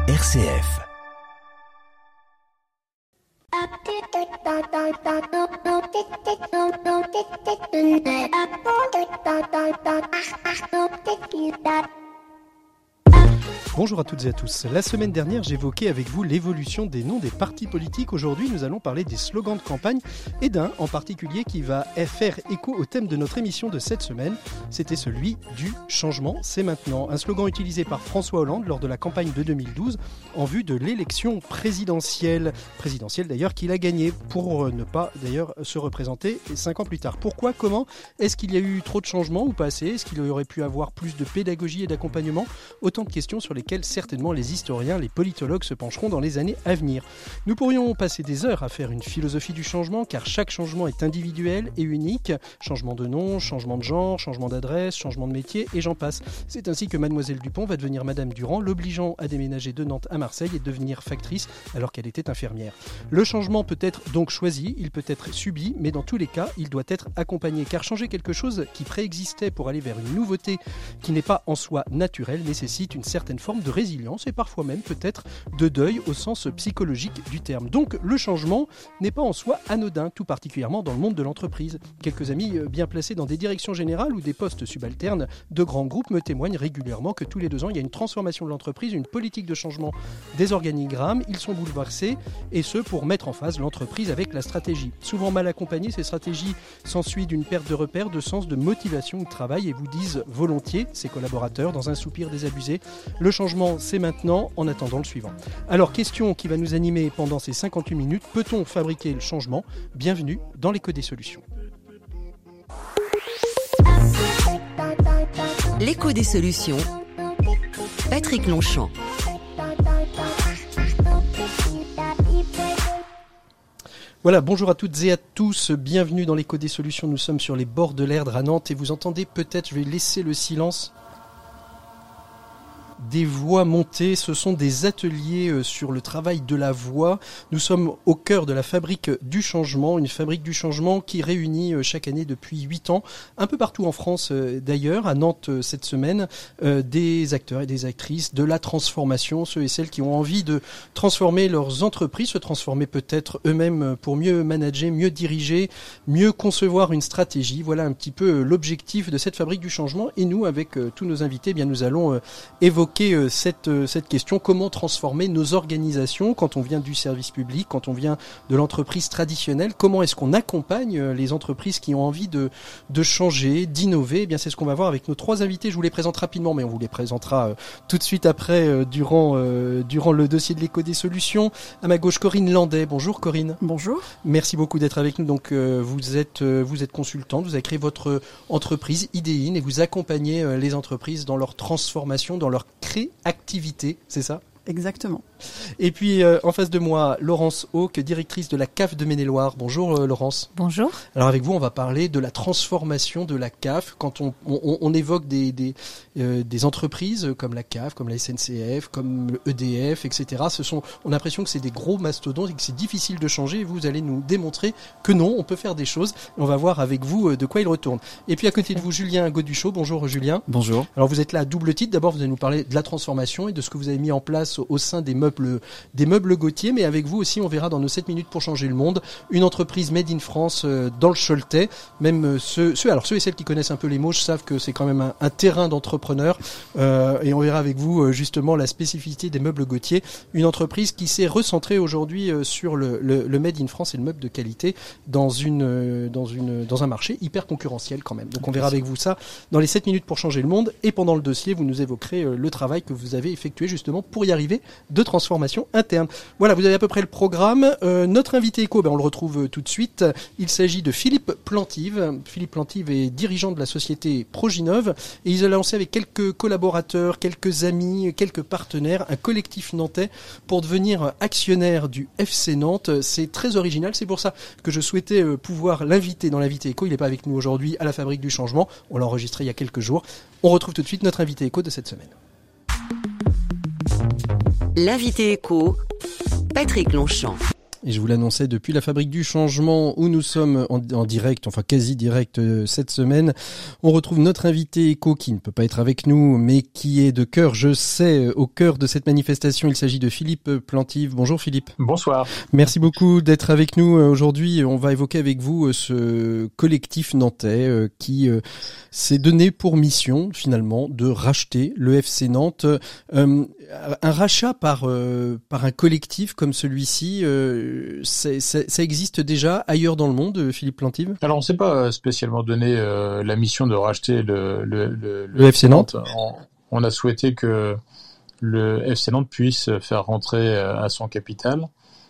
RCF. Bonjour à toutes et à tous. La semaine dernière, j'évoquais avec vous l'évolution des noms des partis politiques. Aujourd'hui, nous allons parler des slogans de campagne et d'un en particulier qui va faire écho au thème de notre émission de cette semaine. C'était celui du changement, c'est maintenant. Un slogan utilisé par François Hollande lors de la campagne de 2012 en vue de l'élection présidentielle. Présidentielle d'ailleurs qu'il a gagnée pour ne pas d'ailleurs se représenter 5 ans plus tard. Pourquoi ? Comment ? Est-ce qu'il y a eu trop de changements ou pas assez ? Est-ce qu'il y aurait pu avoir plus de pédagogie et d'accompagnement ? Autant de questions sur lesquelles certainement les historiens, les politologues se pencheront dans les années à venir. Nous pourrions passer des heures à faire une philosophie du changement, car chaque changement est individuel et unique. Changement de nom, changement de genre, changement d'adresse, changement de métier, et j'en passe. C'est ainsi que Mademoiselle Dupont va devenir Madame Durand, l'obligeant à déménager de Nantes à Marseille et devenir factrice alors qu'elle était infirmière. Le changement peut être donc choisi, il peut être subi, mais dans tous les cas, il doit être accompagné, car changer quelque chose qui préexistait pour aller vers une nouveauté qui n'est pas en soi naturelle nécessite une certaine forme de résilience et parfois même peut-être de deuil au sens psychologique du terme. Donc le changement n'est pas en soi anodin, tout particulièrement dans le monde de l'entreprise. Quelques amis bien placés dans des directions générales ou des postes subalternes de grands groupes me témoignent régulièrement que tous les 2 ans, il y a une transformation de l'entreprise, une politique de changement des organigrammes. Ils sont bouleversés et ce pour mettre en phase l'entreprise avec la stratégie. Souvent mal accompagnées, ces stratégies s'ensuit d'une perte de repères, de sens, de motivation de travail et vous disent volontiers, ses collaborateurs, dans un soupir désabusé, le changement, c'est maintenant, en attendant le suivant. Alors, question qui va nous animer pendant ces 58 minutes, peut-on fabriquer le changement ? Bienvenue dans l'écho des solutions. L'écho des solutions, Patrick Longchamp. Voilà, bonjour à toutes et à tous, bienvenue dans l'écho des solutions. Nous sommes sur les bords de l'Erdre à Nantes et vous entendez peut-être, je vais laisser le silence, des voix montées. Ce sont des ateliers sur le travail de la voix. Nous sommes au cœur de la fabrique du changement, une fabrique du changement qui réunit chaque année depuis 8 ans, un peu partout en France d'ailleurs, à Nantes cette semaine, des acteurs et des actrices de la transformation, ceux et celles qui ont envie de transformer leurs entreprises, se transformer peut-être eux-mêmes pour mieux manager, mieux diriger, mieux concevoir une stratégie. Voilà un petit peu l'objectif de cette fabrique du changement. Et nous, avec tous nos invités, eh bien, nous allons évoquer cette question, comment transformer nos organisations quand on vient du service public, quand on vient de l'entreprise traditionnelle, comment est-ce qu'on accompagne les entreprises qui ont envie de changer, d'innover. Eh bien, c'est ce qu'on va voir avec nos 3 invités. Je vous les présente rapidement, mais on vous les présentera tout de suite après, durant le dossier de l'écho des solutions. À ma gauche, Corinne Landais. Bonjour Corinne. Bonjour. Merci beaucoup d'être avec nous. Donc, vous êtes consultante, vous avez créé votre entreprise Idéine et vous accompagnez les entreprises dans leur transformation, dans leur créativité, c'est ça ? Exactement. Et puis en face de moi, Laurence Hauque, directrice de la CAF de Maine-et-Loire. Bonjour Laurence. Bonjour. Alors avec vous, on va parler de la transformation de la CAF. Quand on évoque des entreprises comme la CAF, comme la SNCF, comme le EDF, etc. On a l'impression que c'est des gros mastodontes et que c'est difficile de changer. Et vous allez nous démontrer que non, on peut faire des choses. On va voir avec vous de quoi il retourne. Et puis à côté de vous, Julien Goduchot. Bonjour Julien. Bonjour. Alors vous êtes là à double titre. D'abord, vous allez nous parler de la transformation et de ce que vous avez mis en place au sein des meubles Gauthier, mais avec vous aussi on verra dans nos 7 minutes pour changer le monde une entreprise made in France dans le Choletais. Même ceux et celles qui connaissent un peu les Mauges savent que c'est quand même un terrain d'entrepreneurs et on verra avec vous justement la spécificité des meubles Gauthier, une entreprise qui s'est recentrée aujourd'hui sur le made in France et le meuble de qualité dans un marché hyper concurrentiel quand même. Donc on verra avec vous ça dans les 7 minutes pour changer le monde et pendant le dossier vous nous évoquerez le travail que vous avez effectué justement pour y arriver de transformation interne. Voilà, vous avez à peu près le programme. Notre invité éco, on le retrouve tout de suite. Il s'agit de Philippe Plantive. Philippe Plantive est dirigeant de la société Proginov et il a lancé avec quelques collaborateurs, quelques amis, quelques partenaires, un collectif nantais pour devenir actionnaire du FC Nantes. C'est très original, c'est pour ça que je souhaitais pouvoir l'inviter dans l'invité éco. Il n'est pas avec nous aujourd'hui à la Fabrique du Changement. On l'a enregistré il y a quelques jours. On retrouve tout de suite notre invité éco de cette semaine. L'invité éco, Patrick Longchamp. Et je vous l'annonçais depuis la Fabrique du Changement où nous sommes en direct, enfin quasi direct cette semaine. On retrouve notre invité éco qui ne peut pas être avec nous, mais qui est de cœur, je sais, au cœur de cette manifestation. Il s'agit de Philippe Plantive. Bonjour Philippe. Bonsoir. Merci beaucoup d'être avec nous aujourd'hui. On va évoquer avec vous ce collectif nantais qui s'est donné pour mission finalement de racheter le FC Nantes. Un rachat par un collectif comme celui-ci, ça existe déjà ailleurs dans le monde, Philippe Plantive? Alors on ne s'est pas spécialement donné la mission de racheter le FC Nantes. On a souhaité que le FC Nantes puisse faire rentrer à son capital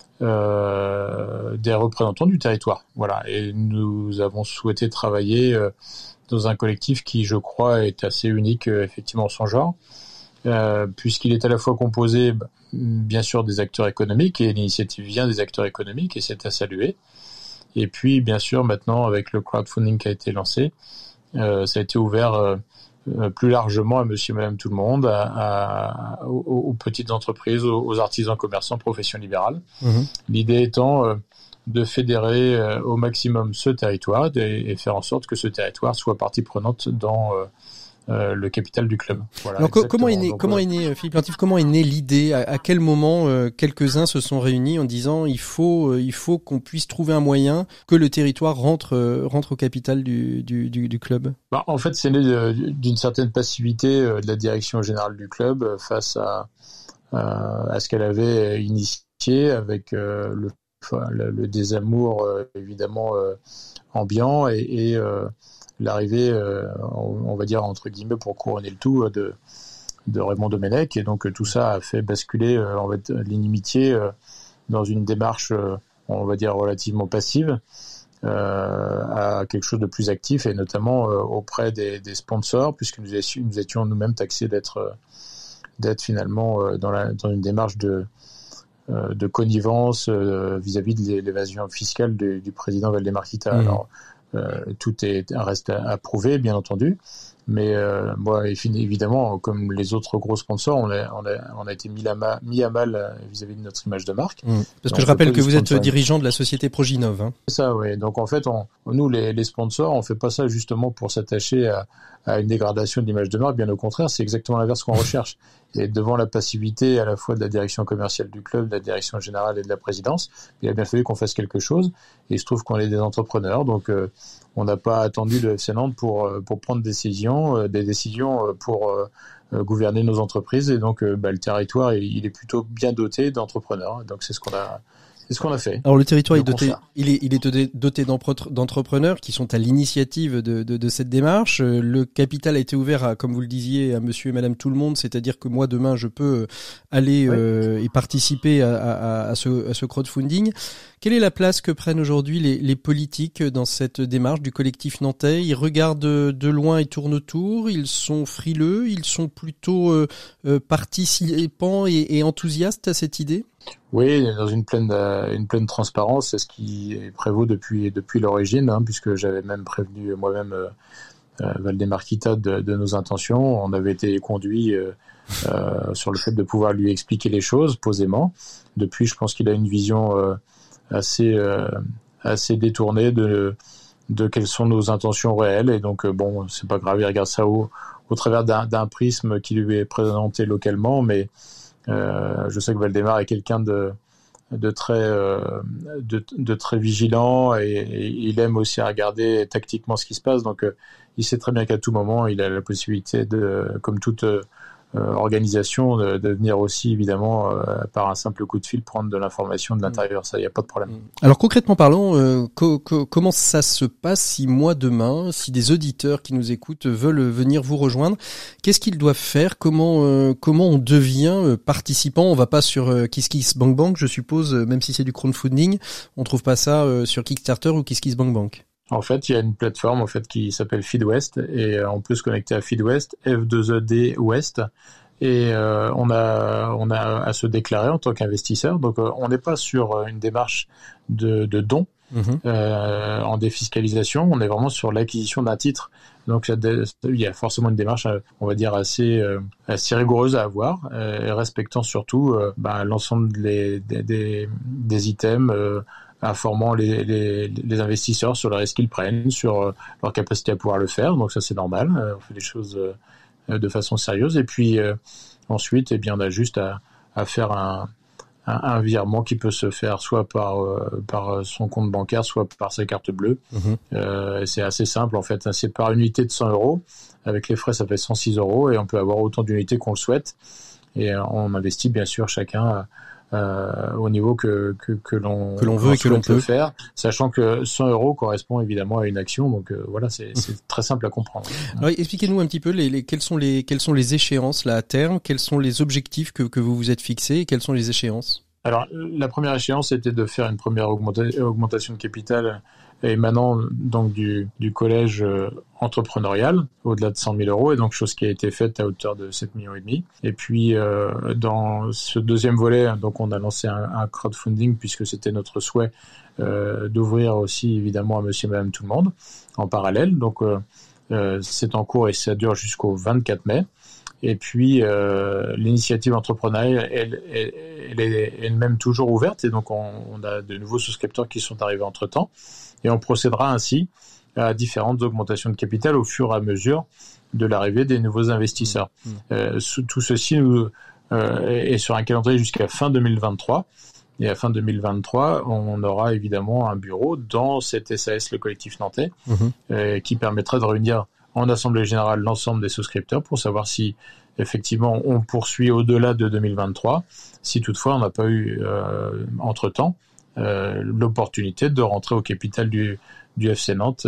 des représentants du territoire. Voilà. Et nous avons souhaité travailler dans un collectif qui, je crois, est assez unique effectivement en son genre. Puisqu'il est à la fois composé, bien sûr, des acteurs économiques, et l'initiative vient des acteurs économiques, et c'est à saluer. Et puis, bien sûr, maintenant, avec le crowdfunding qui a été lancé, ça a été ouvert plus largement à monsieur et madame tout le monde, aux petites entreprises, aux artisans commerçants, professions libérales. Mmh. L'idée étant de fédérer au maximum ce territoire et faire en sorte que ce territoire soit partie prenante dans le capital du club. Voilà. Alors comment est né Philippe Plantive, comment est née l'idée? À quel moment quelques-uns se sont réunis en disant il faut qu'on puisse trouver un moyen que le territoire rentre au capital du club? En fait, c'est né d'une certaine passivité de la direction générale du club face à ce qu'elle avait initié avec le désamour évidemment ambiant et l'arrivée, on va dire entre guillemets pour couronner le tout, de Raymond Domenech, et donc tout ça a fait basculer l'inimitié dans une démarche, on va dire relativement passive, à quelque chose de plus actif, et notamment auprès des sponsors, puisque nous étions nous-mêmes taxés d'être finalement dans une démarche de connivence vis-à-vis de l'évasion fiscale du président Valdemar Kita. Alors tout reste à prouver, bien entendu, mais moi, évidemment, comme les autres gros sponsors, on a été mis à mal vis-à-vis de notre image de marque. Parce que je rappelle que vous êtes dirigeant de la société Proginov. Hein. C'est ça, oui. Donc en fait, nous, les sponsors, on fait pas ça justement pour s'attacher à une dégradation de l'image de marque. Bien au contraire, c'est exactement l'inverse qu'on recherche. Et devant la passivité à la fois de la direction commerciale du club, de la direction générale et de la présidence, il a bien fallu qu'on fasse quelque chose. Et il se trouve qu'on est des entrepreneurs, donc on n'a pas attendu le FC Nantes pour prendre des décisions pour gouverner nos entreprises. Et donc le territoire, il est plutôt bien doté d'entrepreneurs. Donc c'est ce qu'on a fait. Alors le territoire est doté d'entrepreneurs qui sont à l'initiative de cette démarche. Le capital a été ouvert comme vous le disiez, à monsieur et madame tout le monde, c'est-à-dire que moi demain je peux aller et participer à ce crowdfunding. Quelle est la place que prennent aujourd'hui les politiques dans cette démarche du collectif nantais? Ils regardent de loin et tournent autour, ils sont frileux, ils sont plutôt participants et enthousiastes à cette idée? Oui, dans une pleine transparence, c'est ce qui prévaut depuis l'origine, puisque j'avais même prévenu moi-même Valdemar Kita de nos intentions. On avait été conduit sur le fait de pouvoir lui expliquer les choses posément. Depuis, je pense qu'il a une vision assez détournée de quelles sont nos intentions réelles, et donc c'est pas grave, il regarde ça au travers d'un prisme qui lui est présenté localement, mais je sais que Valdemar est quelqu'un de très vigilant, et il aime aussi regarder tactiquement ce qui se passe, donc il sait très bien qu'à tout moment il a la possibilité comme toute organisation de venir aussi évidemment par un simple coup de fil prendre de l'information de l'intérieur. Ça, il n'y a pas de problème. Alors concrètement parlons, comment ça se passe si moi demain, si des auditeurs qui nous écoutent veulent venir vous rejoindre, qu'est-ce qu'ils doivent faire? Comment on devient participant? On va pas sur KissKissBankBank, je suppose, même si c'est du crowdfunding, on trouve pas ça sur Kickstarter ou KissKissBankBank. En fait, il y a une plateforme qui s'appelle FeedWest, et on peut se connecter à FeedWest, F2ED West, et on a à se déclarer en tant qu'investisseur. Donc on n'est pas sur une démarche de don, en défiscalisation. On est vraiment sur l'acquisition d'un titre. Donc il y a forcément une démarche, on va dire, assez rigoureuse à avoir, respectant surtout l'ensemble des items, informant les investisseurs sur le risque qu'ils prennent, sur leur capacité à pouvoir le faire. Donc ça, c'est normal. On fait des choses de façon sérieuse. Et puis ensuite, on a juste à faire un virement qui peut se faire soit par son compte bancaire, soit par sa carte bleue. C'est assez simple en fait. C'est par unité de 100 €. Avec les frais, ça fait 106 € et on peut avoir autant d'unités qu'on le souhaite. Et on investit bien sûr chacun au niveau que l'on veut et que l'on peut faire, sachant que 100 € correspond évidemment à une action. Donc voilà, c'est très simple à comprendre. Alors expliquez-nous un petit peu quelles sont les échéances là à terme, quels sont les objectifs que vous vous êtes fixés et quelles sont les échéances? Alors la première échéance était de faire une première augmentation de capital émanant donc du collège entrepreneurial au-delà de 100 000 €, et donc chose qui a été faite à hauteur de 7,5 millions. Et puis dans ce deuxième volet, donc on a lancé un crowdfunding puisque c'était notre souhait d'ouvrir aussi évidemment à monsieur et madame tout le monde en parallèle. Donc c'est en cours et ça dure jusqu'au 24 mai. Et puis l'initiative entrepreneuriale, elle est elle-même toujours ouverte, et donc on a de nouveaux souscripteurs qui sont arrivés entre-temps, et on procédera ainsi à différentes augmentations de capital au fur et à mesure de l'arrivée des nouveaux investisseurs. Tout ceci est sur un calendrier jusqu'à fin 2023. Et à fin 2023, on aura évidemment un bureau dans cette SAS, le collectif nantais, qui permettra de réunir en assemblée générale l'ensemble des souscripteurs pour savoir si effectivement on poursuit au-delà de 2023, si toutefois on n'a pas eu entre-temps l'opportunité de rentrer au capital du FC Nantes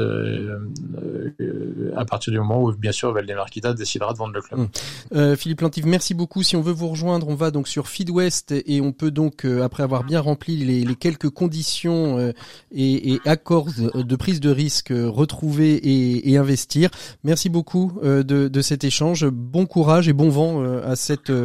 à partir du moment où bien sûr Valdemar-Kita décidera de vendre le club. Philippe Lantive, merci beaucoup. Si on veut vous rejoindre, on va donc sur Feedwest et on peut donc après avoir bien rempli les quelques conditions et accords de prise de risque retrouver et investir. Merci beaucoup de cet échange. Bon courage et bon vent à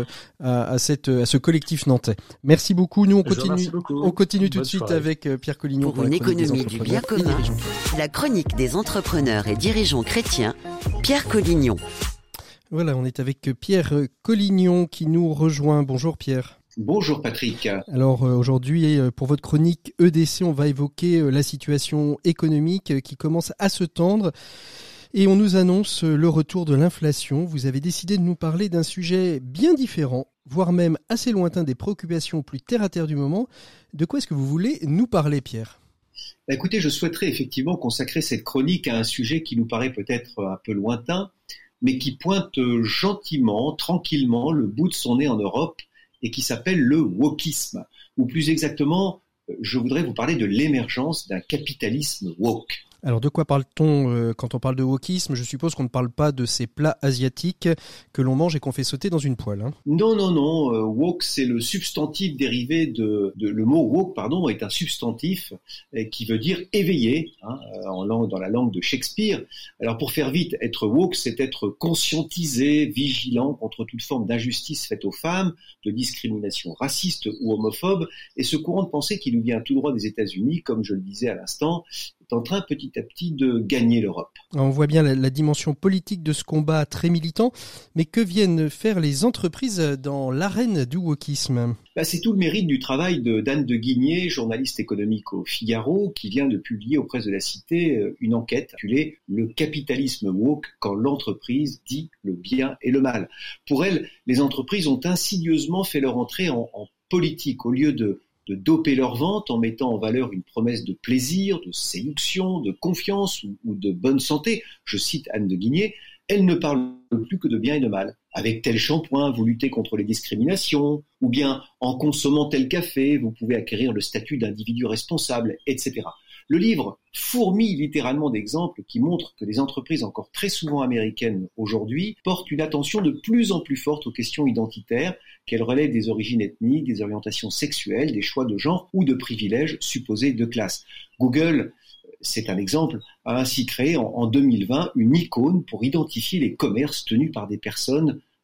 ce collectif nantais. Merci beaucoup. Nous on continue tout de suite avec Pierre Collignon pour une économie du bien commun. La chronique des entrepreneurs et dirigeants chrétiens, Pierre Collignon. Voilà, on est avec Pierre Collignon qui nous rejoint. Bonjour Pierre. Bonjour Patrick. Alors aujourd'hui, pour votre chronique EDC, on va évoquer la situation économique qui commence à se tendre. Et on nous annonce le retour de l'inflation. Vous avez décidé de nous parler d'un sujet bien différent, voire même assez lointain des préoccupations plus terre-à-terre du moment. De quoi est-ce que vous voulez nous parler, Pierre ? Écoutez, je souhaiterais effectivement consacrer cette chronique à un sujet qui nous paraît peut-être un peu lointain, mais qui pointe gentiment, tranquillement, le bout de son nez en Europe et qui s'appelle le wokisme. Ou plus exactement, je voudrais vous parler de l'émergence d'un capitalisme woke. Alors de quoi parle-t-on quand on parle de wokisme ? Je suppose qu'on ne parle pas de ces plats asiatiques que l'on mange et qu'on fait sauter dans une poêle. Hein. Non. Woke, c'est le substantif dérivé le mot woke, est un substantif qui veut dire éveillé, dans la langue de Shakespeare. Alors pour faire vite, être woke, c'est être conscientisé, vigilant contre toute forme d'injustice faite aux femmes, de discrimination raciste ou homophobe, et ce courant de pensée qui nous vient tout droit des États-Unis, comme je le disais à l'instant, est en train petit à petit de gagner l'Europe. On voit bien la dimension politique de ce combat très militant, mais que viennent faire les entreprises dans l'arène du wokisme ? C'est tout le mérite du travail d'Anne de Guigné, journaliste économique au Figaro, qui vient de publier aux presses de la Cité une enquête intitulée « Le capitalisme woke quand l'entreprise dit le bien et le mal ». Pour elle, les entreprises ont insidieusement fait leur entrée en politique au lieu de doper leur vente en mettant en valeur une promesse de plaisir, de séduction, de confiance ou de bonne santé. Je cite Anne de Guigné, elle ne parle plus que de bien et de mal. Avec tel shampoing, vous luttez contre les discriminations, ou bien en consommant tel café, vous pouvez acquérir le statut d'individu responsable, etc. Le livre fourmille littéralement d'exemples qui montrent que les entreprises encore très souvent américaines aujourd'hui portent une attention de plus en plus forte aux questions identitaires, qu'elles relèvent des origines ethniques, des orientations sexuelles, des choix de genre ou de privilèges supposés de classe. Google, c'est un exemple, a ainsi créé en 2020 une icône pour identifier les commerces tenus par des personnes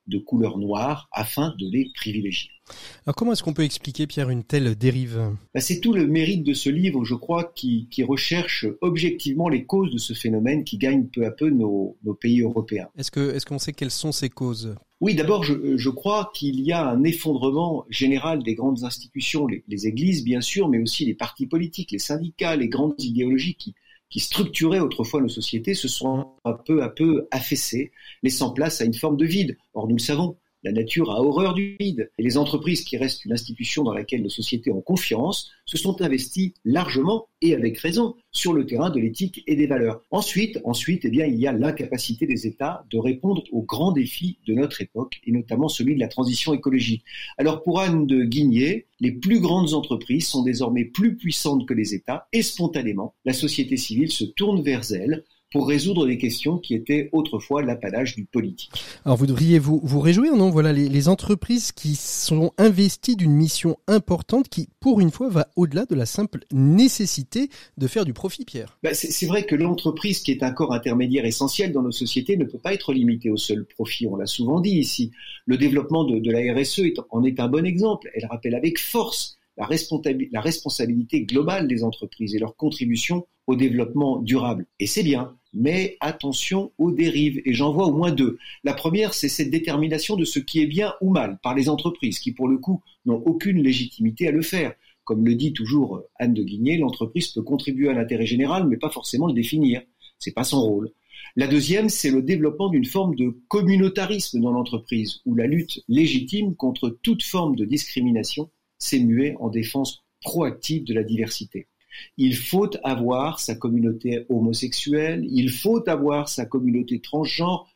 de couleur noire afin de les privilégier. Alors comment est-ce qu'on peut expliquer, Pierre, une telle dérive ? C'est tout le mérite de ce livre, je crois, qui recherche objectivement les causes de ce phénomène qui gagne peu à peu nos pays européens. Est-ce qu'on sait quelles sont ces causes ? Oui, d'abord, je crois qu'il y a un effondrement général des grandes institutions, les églises bien sûr, mais aussi les partis politiques, les syndicats, les grandes idéologies qui structuraient autrefois nos sociétés se sont peu à peu affaissées, laissant place à une forme de vide. Or, nous le savons, la nature a horreur du vide. Et les entreprises, qui restent une institution dans laquelle nos sociétés ont confiance, se sont investies largement, et avec raison, sur le terrain de l'éthique et des valeurs. Ensuite, il y a l'incapacité des États de répondre aux grands défis de notre époque, et notamment celui de la transition écologique. Alors pour Anne de Guigné, les plus grandes entreprises sont désormais plus puissantes que les États, et spontanément, la société civile se tourne vers elles, pour résoudre des questions qui étaient autrefois l'apanage du politique. Alors vous devriez vous réjouir, non ? Voilà, les entreprises qui sont investies d'une mission importante qui, pour une fois, va au-delà de la simple nécessité de faire du profit, Pierre. C'est vrai que l'entreprise, qui est un corps intermédiaire essentiel dans nos sociétés, ne peut pas être limitée au seul profit. On l'a souvent dit ici. Le développement de la RSE en est un bon exemple. Elle rappelle avec force la responsabilité globale des entreprises et leur contribution au développement durable. Et c'est bien, mais attention aux dérives. Et j'en vois au moins deux. La première, c'est cette détermination de ce qui est bien ou mal par les entreprises, qui pour le coup n'ont aucune légitimité à le faire. Comme le dit toujours Anne de Guigné, l'entreprise peut contribuer à l'intérêt général, mais pas forcément le définir. C'est pas son rôle. La deuxième, c'est le développement d'une forme de communautarisme dans l'entreprise, où la lutte légitime contre toute forme de discrimination s'est muée en défense proactive de la diversité. Il faut avoir sa communauté homosexuelle, il faut avoir sa communauté transgenre,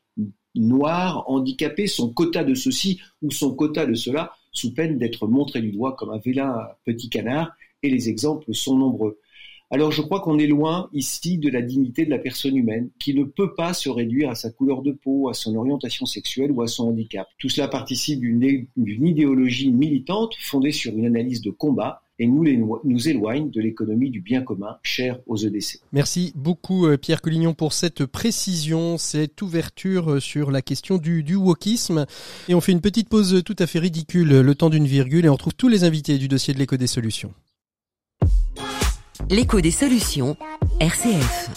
noire, handicapée, son quota de ceci ou son quota de cela, sous peine d'être montré du doigt comme un vilain petit canard, et les exemples sont nombreux. Alors je crois qu'on est loin ici de la dignité de la personne humaine, qui ne peut pas se réduire à sa couleur de peau, à son orientation sexuelle ou à son handicap. Tout cela participe d'une idéologie militante fondée sur une analyse de combat et nous éloigne de l'économie du bien commun chère aux EDC. Merci beaucoup Pierre Collignon pour cette précision, cette ouverture sur la question du wokisme. Et on fait une petite pause tout à fait ridicule, le temps d'une virgule, et on retrouve tous les invités du dossier de l'écho des solutions. L'écho des solutions, RCF.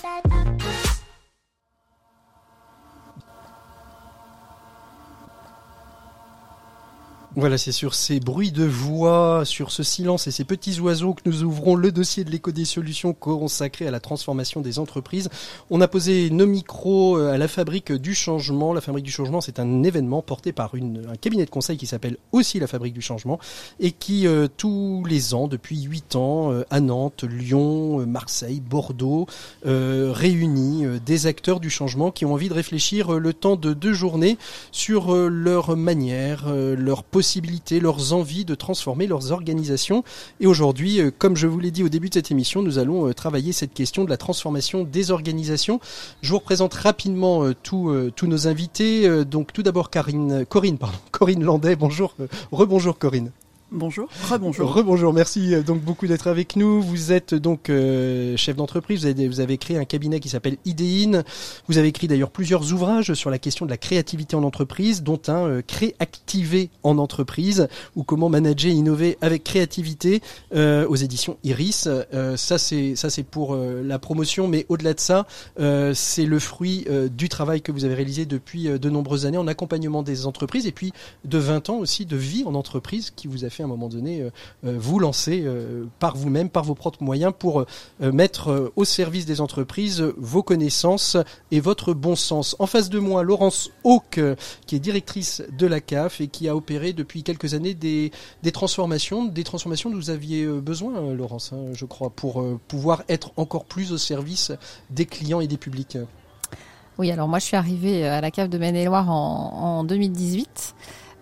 Voilà, c'est sur ces bruits de voix, sur ce silence et ces petits oiseaux que nous ouvrons le dossier de l'écho des solutions consacré à la transformation des entreprises. On a posé nos micros à la Fabrique du Changement. La Fabrique du Changement, c'est un événement porté par un cabinet de conseil qui s'appelle aussi la Fabrique du Changement et qui, tous les ans, depuis 8 ans, à Nantes, Lyon, Marseille, Bordeaux, réunit des acteurs du changement qui ont envie de réfléchir le temps de 2 journées sur leur manière, leur possibilités, leurs envies de transformer leurs organisations. Et aujourd'hui, comme je vous l'ai dit au début de cette émission, nous allons travailler cette question de la transformation des organisations. Je vous représente rapidement tous nos invités. Donc tout d'abord Corinne Landais. Bonjour, rebonjour Corinne. Bonjour, rebonjour. Rebonjour, merci donc beaucoup d'être avec nous. Vous êtes donc chef d'entreprise, vous avez créé un cabinet qui s'appelle Idéine. Vous avez écrit d'ailleurs plusieurs ouvrages sur la question de la créativité en entreprise, dont un Créactiver en entreprise, ou comment manager et innover avec créativité aux éditions Iris. Ça c'est pour la promotion, mais au-delà de ça, c'est le fruit du travail que vous avez réalisé depuis de nombreuses années en accompagnement des entreprises et puis de 20 ans aussi de vie en entreprise qui vous a fait à un moment donné vous lancer par vous-même, par vos propres moyens pour mettre au service des entreprises vos connaissances et votre bon sens. En face de moi, Laurence Hauck, qui est directrice de la CAF et qui a opéré depuis quelques années des transformations dont vous aviez besoin, Laurence, je crois, pour pouvoir être encore plus au service des clients et des publics. Oui, alors moi je suis arrivée à la CAF de Maine-et-Loire en 2018.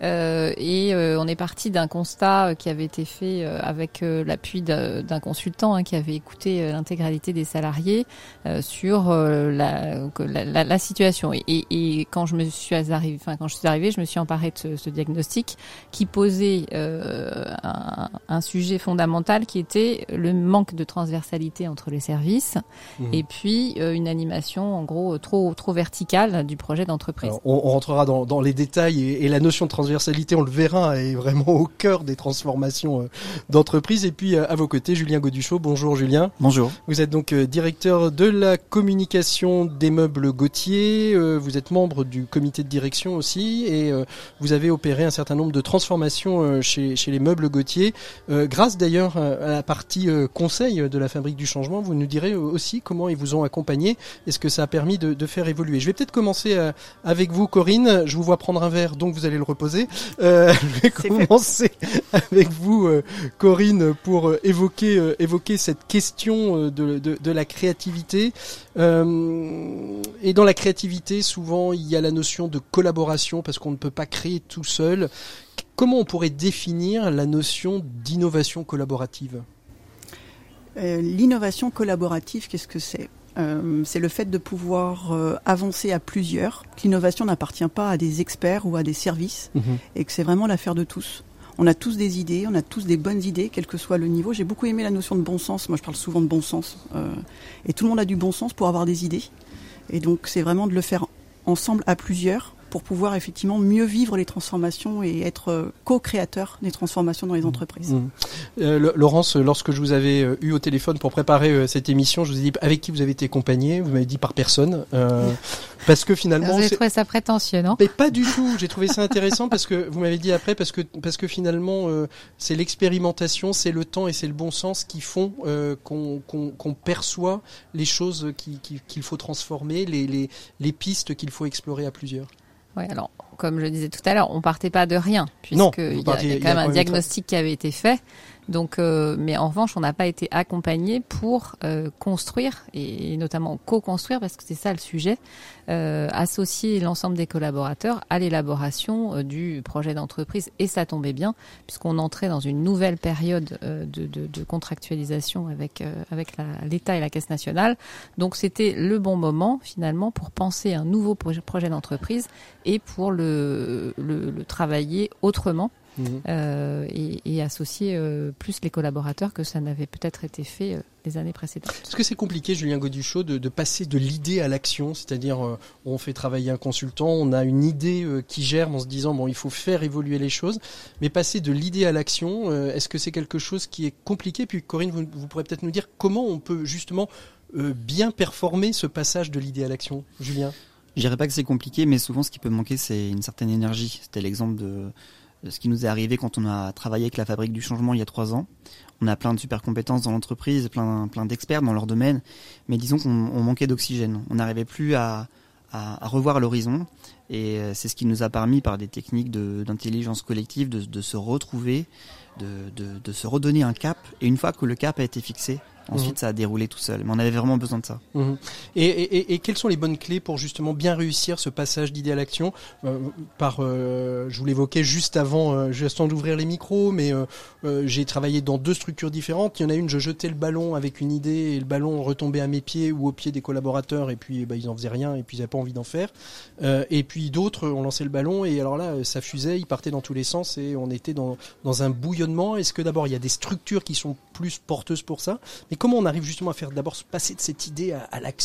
Et on est parti d'un constat qui avait été fait avec l'appui d'un consultant qui avait écouté l'intégralité des salariés sur la situation. Et quand je suis arrivée, je me suis emparée de ce diagnostic qui posait un sujet fondamental qui était le manque de transversalité entre les services et puis une animation en gros trop verticale du projet d'entreprise. Alors, on rentrera dans les détails et la notion de transversalité, on le verra, est vraiment au cœur des transformations d'entreprise. Et puis à vos côtés, Julien Gauduchot. Bonjour Julien. Bonjour. Vous êtes donc directeur de la communication des meubles Gauthier. Vous êtes membre du comité de direction aussi et vous avez opéré un certain nombre de transformations chez les meubles Gauthier. Grâce d'ailleurs à la partie conseil de la Fabrique du Changement, vous nous direz aussi comment ils vous ont accompagné et ce que ça a permis de faire évoluer. Je vais peut-être commencer avec vous, Corinne. Je vous vois prendre un verre, donc vous allez le reposer. Je vais commencer avec vous, Corinne, pour évoquer cette question de la créativité. Et dans la créativité, souvent, il y a la notion de collaboration parce qu'on ne peut pas créer tout seul. Comment on pourrait définir la notion d'innovation collaborative ? L'innovation collaborative, qu'est-ce que c'est ? C'est le fait de pouvoir avancer à plusieurs. L'innovation n'appartient pas à des experts ou à des services et que c'est vraiment l'affaire de tous. On a tous des idées, on a tous des bonnes idées, quel que soit le niveau. J'ai beaucoup aimé la notion de bon sens. Moi, je parle souvent de bon sens. Et tout le monde a du bon sens pour avoir des idées. Et donc, c'est vraiment de le faire ensemble à plusieurs pour pouvoir effectivement mieux vivre les transformations et être co-créateur des transformations dans les entreprises. Laurence, lorsque je vous avais eu au téléphone pour préparer cette émission, je vous ai dit avec qui vous avez été accompagné. Vous m'avez dit par personne. Parce que finalement... Vous avez trouvé ça prétentieux, non ? Mais pas du tout. J'ai trouvé ça intéressant parce que vous m'avez dit après, parce que finalement, c'est l'expérimentation, c'est le temps et c'est le bon sens qui font qu'on perçoit les choses qu'il faut transformer, les pistes qu'il faut explorer à plusieurs. Oui, alors, comme je le disais tout à l'heure, on partait pas de rien, puisqu'il y a quand même un diagnostic qui avait été fait. Donc, mais en revanche, on n'a pas été accompagné pour construire et notamment co-construire, parce que c'est ça le sujet, associer l'ensemble des collaborateurs à l'élaboration du projet d'entreprise. Et ça tombait bien, puisqu'on entrait dans une nouvelle période de contractualisation avec l'État et la Caisse nationale. Donc, c'était le bon moment finalement pour penser un nouveau projet d'entreprise et pour le travailler autrement. Et associer plus les collaborateurs que ça n'avait peut-être été fait les années précédentes. Est-ce que c'est compliqué, Julien Gauduchot, de passer de l'idée à l'action ? C'est-à-dire, on fait travailler un consultant, on a une idée qui germe en se disant, bon, il faut faire évoluer les choses, mais passer de l'idée à l'action, est-ce que c'est quelque chose qui est compliqué ? Puis Corinne, vous pourrez peut-être nous dire comment on peut justement bien performer ce passage de l'idée à l'action. Julien ? Je dirais pas que c'est compliqué, mais souvent ce qui peut manquer, c'est une certaine énergie. C'était l'exemple de ce qui nous est arrivé quand on a travaillé avec la Fabrique du Changement il y a 3 ans. On a plein de super compétences dans l'entreprise, plein d'experts dans leur domaine, mais disons qu'on manquait d'oxygène. On n'arrivait plus à revoir l'horizon, et c'est ce qui nous a permis, par des techniques d'intelligence collective, de se retrouver, de se redonner un cap, et une fois que le cap a été fixé, ensuite ça a déroulé tout seul. Mais on avait vraiment besoin de ça. Et quelles sont les bonnes clés pour justement bien réussir ce passage d'idée à l'action je vous l'évoquais juste avant d'ouvrir les micros, mais j'ai travaillé dans 2 structures différentes. Il y en a une, je jetais le ballon avec une idée et le ballon retombait à mes pieds ou aux pieds des collaborateurs et puis ils en faisaient rien et puis ils n'avaient pas envie d'en faire. Et puis d'autres, on lançait le ballon et alors là, ça fusait, il partait dans tous les sens et on était dans un bouillonnement. Est-ce que d'abord il y a des structures qui sont plus porteuses pour ça ? Mais comment on arrive justement à faire d'abord passer de cette idée à l'action ?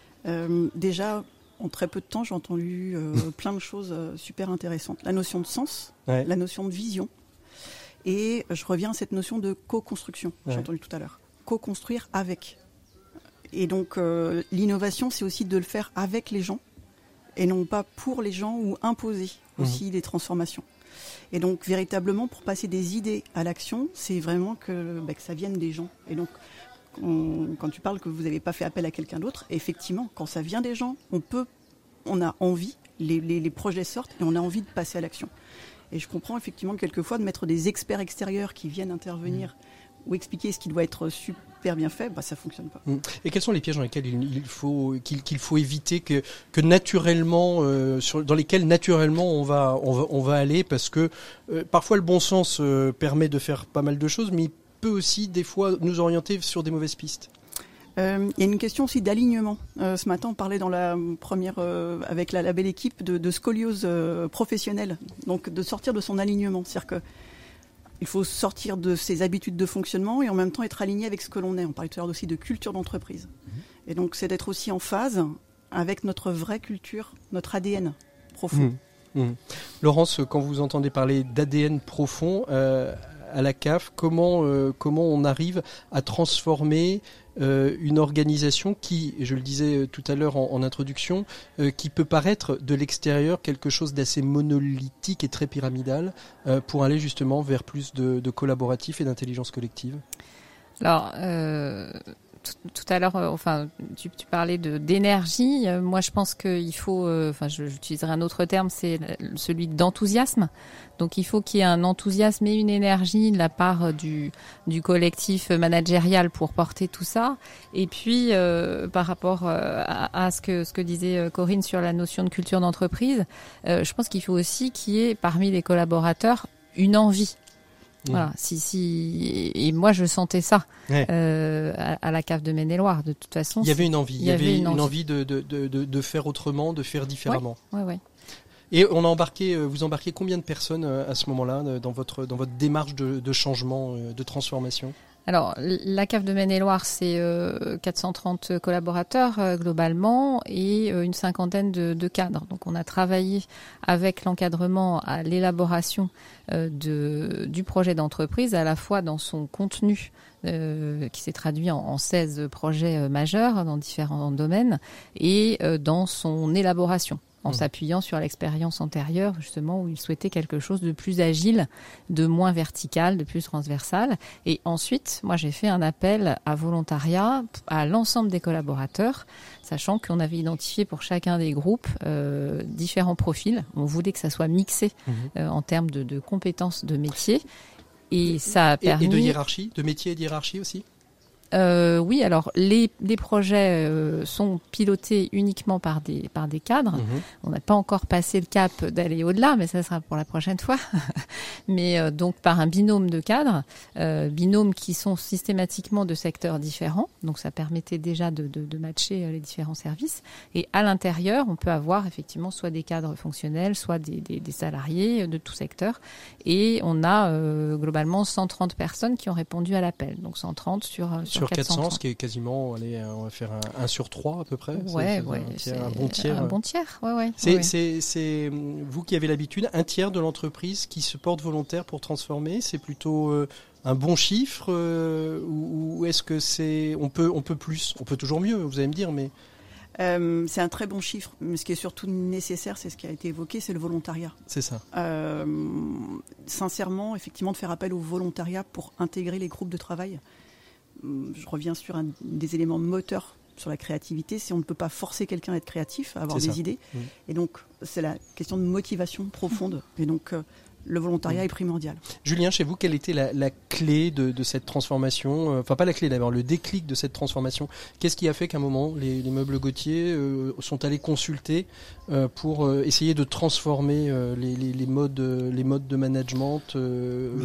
Déjà, en très peu de temps, j'ai entendu plein de choses super intéressantes. La notion de sens, la notion de vision. Et je reviens à cette notion de co-construction, j'ai entendu tout à l'heure. Co-construire avec. Et donc, l'innovation, c'est aussi de le faire avec les gens et non pas pour les gens ou imposer aussi des transformations. Et donc, véritablement, pour passer des idées à l'action, c'est vraiment que ça vienne des gens. Et donc, quand tu parles que vous n'avez pas fait appel à quelqu'un d'autre, effectivement, quand ça vient des gens, on a envie, les projets sortent et on a envie de passer à l'action. Et je comprends effectivement quelquefois de mettre des experts extérieurs qui viennent intervenir ou expliquer ce qui doit être super bien fait, ça fonctionne pas. Et quels sont les pièges dans lesquels qu'il faut éviter que naturellement, dans lesquels naturellement on va aller, parce que parfois le bon sens permet de faire pas mal de choses, mais il peut aussi des fois nous orienter sur des mauvaises pistes. Il y a une question aussi d'alignement. Ce matin, on parlait dans la première, avec la belle équipe, de scoliose professionnelle. Donc, de sortir de son alignement. C'est-à-dire qu'il faut sortir de ses habitudes de fonctionnement et en même temps être aligné avec ce que l'on est. On parlait tout à l'heure aussi de culture d'entreprise. Et donc, c'est d'être aussi en phase avec notre vraie culture, notre ADN profond. Laurence, quand vous entendez parler d'ADN profond, à la CAF, comment on arrive à transformer une organisation qui, je le disais tout à l'heure en introduction, qui peut paraître de l'extérieur quelque chose d'assez monolithique et très pyramidal, pour aller justement vers plus de collaboratif et d'intelligence collective. Alors, tout à l'heure, tu parlais d'énergie. Moi, je pense qu'il faut, j'utiliserai un autre terme, c'est celui d'enthousiasme. Donc, il faut qu'il y ait un enthousiasme et une énergie de la part du collectif managérial pour porter tout ça. Et puis, par rapport à ce que disait Corinne sur la notion de culture d'entreprise, je pense qu'il faut aussi qu'il y ait parmi les collaborateurs une envie. Voilà, et moi je sentais ça à la CAF de Maine-et-Loire. De toute façon, il y avait une envie, il y avait une envie de faire autrement, de faire différemment. Ouais. Et vous embarquez combien de personnes à ce moment-là dans votre démarche de changement, de transformation ? Alors, la CAF de Maine-et-Loire, c'est 430 collaborateurs globalement et une cinquantaine de cadres. Donc, on a travaillé avec l'encadrement à l'élaboration du projet d'entreprise, à la fois dans son contenu qui s'est traduit en 16 projets majeurs dans différents domaines et dans son élaboration, en s'appuyant sur l'expérience antérieure, justement, où il souhaitait quelque chose de plus agile, de moins vertical, de plus transversal. Et ensuite, moi, j'ai fait un appel à volontariat à l'ensemble des collaborateurs, sachant qu'on avait identifié pour chacun des groupes différents profils. On voulait que ça soit mixé en termes de compétences de métier. Et ça a permis... Et de hiérarchie, de métier et de hiérarchie aussi ? Oui, alors les projets sont pilotés uniquement par des cadres. On n'a pas encore passé le cap d'aller au-delà, mais ça sera pour la prochaine fois. Mais donc par un binôme de cadres, binômes qui sont systématiquement de secteurs différents. Donc ça permettait déjà de matcher les différents services. Et à l'intérieur, on peut avoir effectivement soit des cadres fonctionnels, soit des salariés de tout secteur. Et on a globalement 130 personnes qui ont répondu à l'appel. Donc 130 sur 400, ce qui est quasiment, on va faire un sur 3 à peu près. Ouais, un bon tiers. Un bon tiers, ouais. C'est vous qui avez l'habitude, un tiers de l'entreprise qui se porte volontaire pour transformer. C'est plutôt un bon chiffre ou est-ce que on peut plus, on peut toujours mieux, vous allez me dire, mais. C'est un très bon chiffre, mais ce qui est surtout nécessaire, c'est ce qui a été évoqué, c'est le volontariat. C'est ça. Sincèrement, effectivement, de faire appel au volontariat pour intégrer les groupes de travail. Je reviens sur un des éléments moteurs sur la créativité, c'est on ne peut pas forcer quelqu'un à être créatif, à avoir des idées. Et donc, c'est la question de motivation profonde. Et donc, le volontariat est primordial. Julien, chez vous, quelle était la clé de cette transformation ? Enfin, pas la clé d'abord, le déclic de cette transformation. Qu'est-ce qui a fait qu'à un moment, les meubles Gauthier sont allés consulter pour essayer de transformer les modes de management habituels ?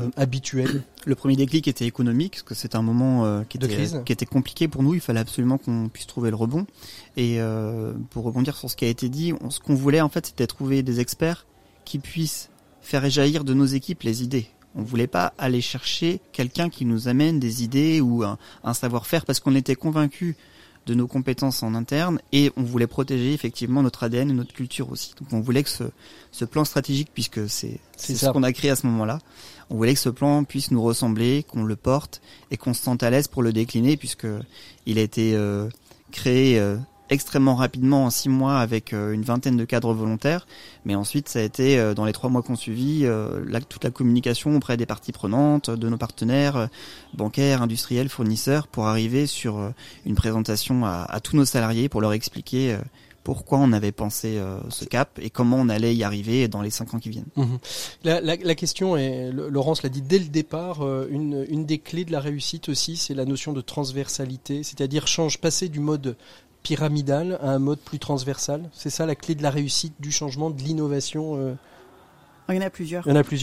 Le premier déclic était économique, parce que c'était un moment qui était compliqué pour nous. Il fallait absolument qu'on puisse trouver le rebond. Et pour rebondir sur ce qui a été dit, ce qu'on voulait, en fait, c'était trouver des experts qui puissent faire jaillir de nos équipes les idées. On ne voulait pas aller chercher quelqu'un qui nous amène des idées ou un savoir-faire, parce qu'on était convaincus de nos compétences en interne et on voulait protéger effectivement notre ADN et notre culture aussi. Donc on voulait que ce plan stratégique, puisque c'est ce qu'on a créé à ce moment-là, on voulait que ce plan puisse nous ressembler, qu'on le porte et qu'on se sente à l'aise pour le décliner, puisque il a été créé extrêmement rapidement en 6 mois avec une vingtaine de cadres volontaires, mais ensuite ça a été dans les 3 mois qu'on suivi toute la communication auprès des parties prenantes, de nos partenaires bancaires, industriels, fournisseurs, pour arriver sur une présentation à tous nos salariés pour leur expliquer pourquoi on avait pensé ce cap et comment on allait y arriver dans les 5 ans qui viennent. La question est, Laurence l'a dit dès le départ, une des clés de la réussite aussi, c'est la notion de transversalité, c'est-à-dire passer du mode pyramidal à un mode plus transversal. C'est ça la clé de la réussite, du changement, de l'innovation. Il y en a plusieurs.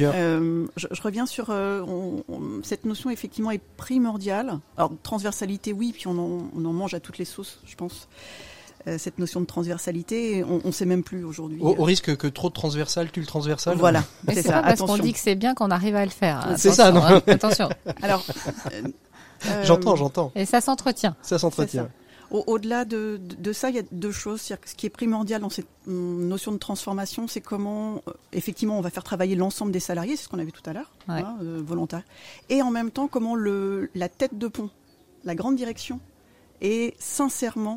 Je reviens sur cette notion, effectivement, est primordiale. Alors, transversalité, oui, puis on en mange à toutes les sauces, je pense. Cette notion de transversalité, on ne sait même plus aujourd'hui. Au risque que trop de transversal tue le transversal. Voilà, c'est ça. Parce qu'on dit que c'est bien qu'on arrive à le faire. Attention, c'est ça, non attention. Alors, j'entends. Et ça s'entretient. Au-delà de ça, il y a deux choses. Ce qui est primordial dans cette notion de transformation, c'est comment, effectivement, on va faire travailler l'ensemble des salariés, c'est ce qu'on a vu tout à l'heure, volontaire. Et en même temps, comment la tête de pont, la grande direction, est sincèrement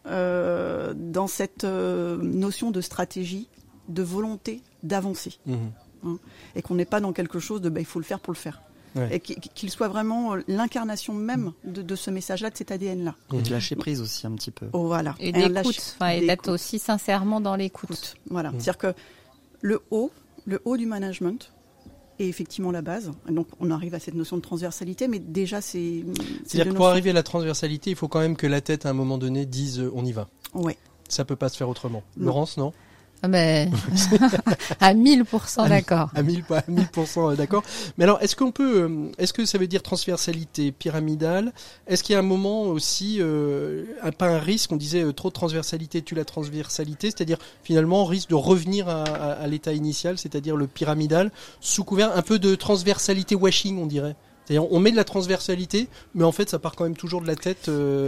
dans cette notion de stratégie, de volonté d'avancer. Et qu'on n'est pas dans quelque chose de il faut le faire pour le faire. Ouais. Et qu'il soit vraiment l'incarnation même de ce message-là, de cet ADN-là. Et de lâcher prise aussi un petit peu. Oh, voilà. Et d'écoute, et d'être aussi sincèrement dans l'écoute. Voilà. C'est-à-dire que le haut du management est effectivement la base. Donc on arrive à cette notion de transversalité, mais déjà c'est-à-dire que pour arriver à la transversalité, il faut quand même que la tête à un moment donné dise on y va. Ouais. Ça peut pas se faire autrement. Non. Laurence, non? Mais à 1000% d'accord. À 1000% d'accord. Mais alors, est-ce que ça veut dire transversalité pyramidale? Est-ce qu'il y a un moment aussi, pas un risque, on disait trop de transversalité tue la transversalité, c'est-à-dire finalement on risque de revenir à l'état initial, c'est-à-dire le pyramidal, sous couvert un peu de transversalité washing, on dirait. C'est-à-dire on met de la transversalité, mais en fait ça part quand même toujours de la tête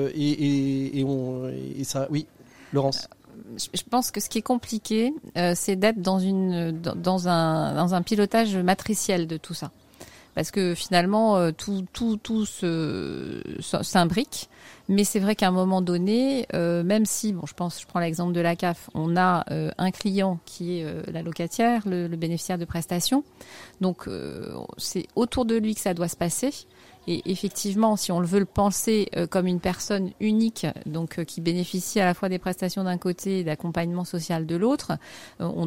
et ça, oui, Laurence. Je pense que ce qui est compliqué, c'est d'être dans un pilotage matriciel de tout ça, parce que finalement tout s'imbrique. Mais c'est vrai qu'à un moment donné, même si, je prends l'exemple de la CAF, on a un client qui est la locataire, le bénéficiaire de prestations, donc c'est autour de lui que ça doit se passer. Et effectivement, si on veut le penser comme une personne unique, donc qui bénéficie à la fois des prestations d'un côté et d'accompagnement social de l'autre, on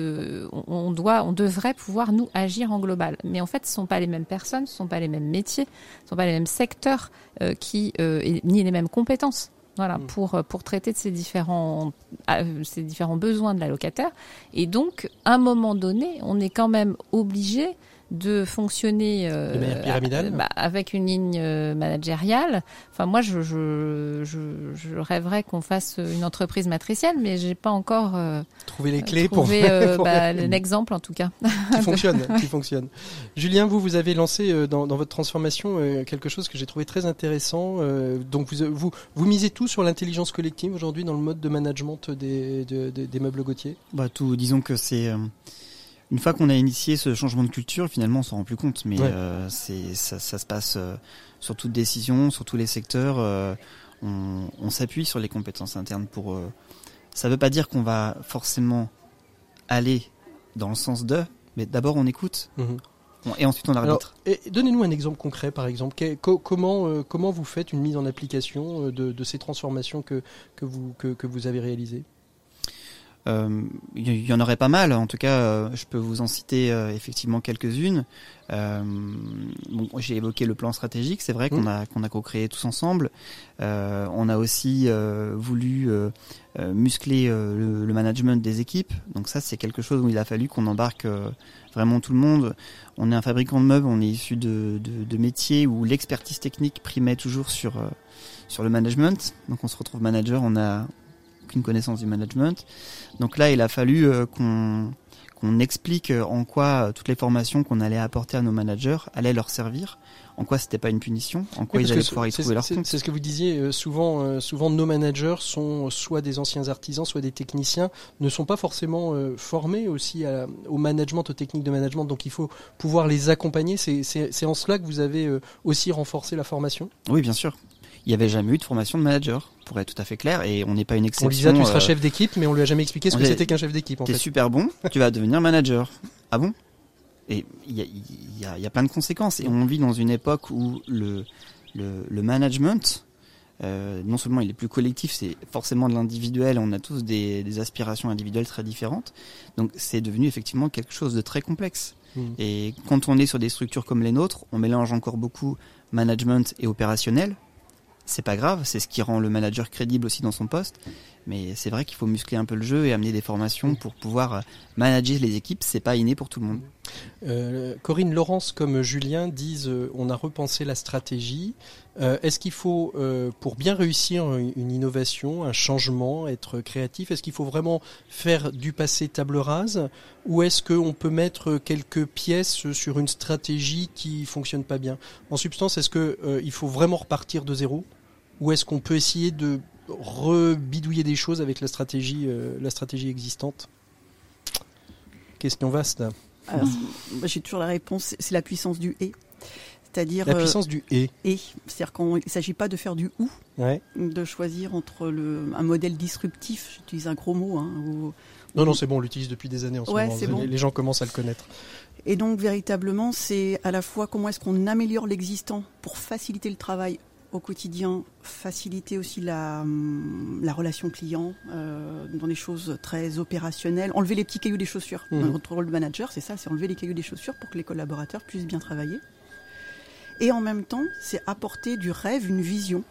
devrait pouvoir nous agir en global. Mais en fait, ce sont pas les mêmes personnes, ce sont pas les mêmes métiers, ce sont pas les mêmes secteurs ni les mêmes compétences. Voilà, pour traiter de ces différents besoins de la locataire. Et donc, à un moment donné, on est quand même obligé de fonctionner de manière pyramidale, avec une ligne managériale. Enfin, moi, je rêverais qu'on fasse une entreprise matricielle, mais j'ai pas encore trouvé les clés pour l'exemple en tout cas qui fonctionne. Julien, vous avez lancé dans votre transformation quelque chose que j'ai trouvé très intéressant. Donc vous misez tout sur l'intelligence collective aujourd'hui dans le mode de management des meubles Gauthier. Tout, disons que c'est une fois qu'on a initié ce changement de culture, finalement, on s'en rend plus compte. Mais ça se passe sur toute décision, sur tous les secteurs. On s'appuie sur les compétences internes pour. Ça veut pas dire qu'on va forcément aller dans le sens de, mais d'abord on écoute. Et ensuite on arbitre. Donnez-nous un exemple concret, par exemple. Comment vous faites une mise en application de ces transformations que vous avez réalisées? Il y en aurait pas mal. En tout cas, je peux vous en citer effectivement quelques-unes. J'ai évoqué le plan stratégique. C'est vrai qu'on a co-créé tous ensemble. On a aussi voulu muscler le management des équipes. Donc ça, c'est quelque chose où il a fallu qu'on embarque vraiment tout le monde. On est un fabricant de meubles. On est issu de métiers où l'expertise technique primait toujours sur le management. Donc on se retrouve manager. On a aucune connaissance du management. Donc là, il a fallu qu'on explique en quoi toutes les formations qu'on allait apporter à nos managers allaient leur servir, en quoi c'était pas une punition, en quoi ils allaient pouvoir y trouver leur compte. C'est ce que vous disiez, souvent nos managers sont soit des anciens artisans, soit des techniciens, ne sont pas forcément formés aussi au management, aux techniques de management, donc il faut pouvoir les accompagner. C'est en cela que vous avez aussi renforcé la formation? Oui, bien sûr. Il n'y avait jamais eu de formation de manager, pour être tout à fait clair, et on n'est pas une exception. On disait, tu seras chef d'équipe, mais on lui a jamais expliqué ce que c'était qu'un chef d'équipe. T'es super bon, tu vas devenir manager. Ah bon? Et il y a plein de conséquences. Et on vit dans une époque où le management non seulement il est plus collectif, c'est forcément de l'individuel, on a tous des aspirations individuelles très différentes, donc c'est devenu effectivement quelque chose de très complexe. Et quand on est sur des structures comme les nôtres, on mélange encore beaucoup management et opérationnel. C'est pas grave, c'est ce qui rend le manager crédible aussi dans son poste, mais c'est vrai qu'il faut muscler un peu le jeu et amener des formations pour pouvoir manager les équipes, c'est pas inné pour tout le monde. Corinne, Laurence comme Julien disent on a repensé la stratégie. Est-ce qu'il faut, pour bien réussir une innovation, un changement, être créatif, est-ce qu'il faut vraiment faire du passé table rase, ou est-ce qu'on peut mettre quelques pièces sur une stratégie qui fonctionne pas bien? En substance, est-ce qu'il faut vraiment repartir de zéro, ou est-ce qu'on peut essayer de rebidouiller des choses avec la stratégie existante? Question vaste. Alors, j'ai toujours la réponse, c'est la puissance du « et ». C'est-à-dire la puissance du « et ». C'est-à-dire qu'il ne s'agit pas de faire du « ou », de choisir entre un modèle disruptif, j'utilise un gros mot. Non, c'est bon, on l'utilise depuis des années en ce moment. Bon. Les gens commencent à le connaître. Et donc, véritablement, c'est à la fois comment est-ce qu'on améliore l'existant pour faciliter le travail au quotidien, faciliter aussi la relation client dans des choses très opérationnelles, enlever les petits cailloux des chaussures. Notre rôle de manager, c'est ça, c'est enlever les cailloux des chaussures pour que les collaborateurs puissent bien travailler. Et en même temps, c'est apporter du rêve, une vision.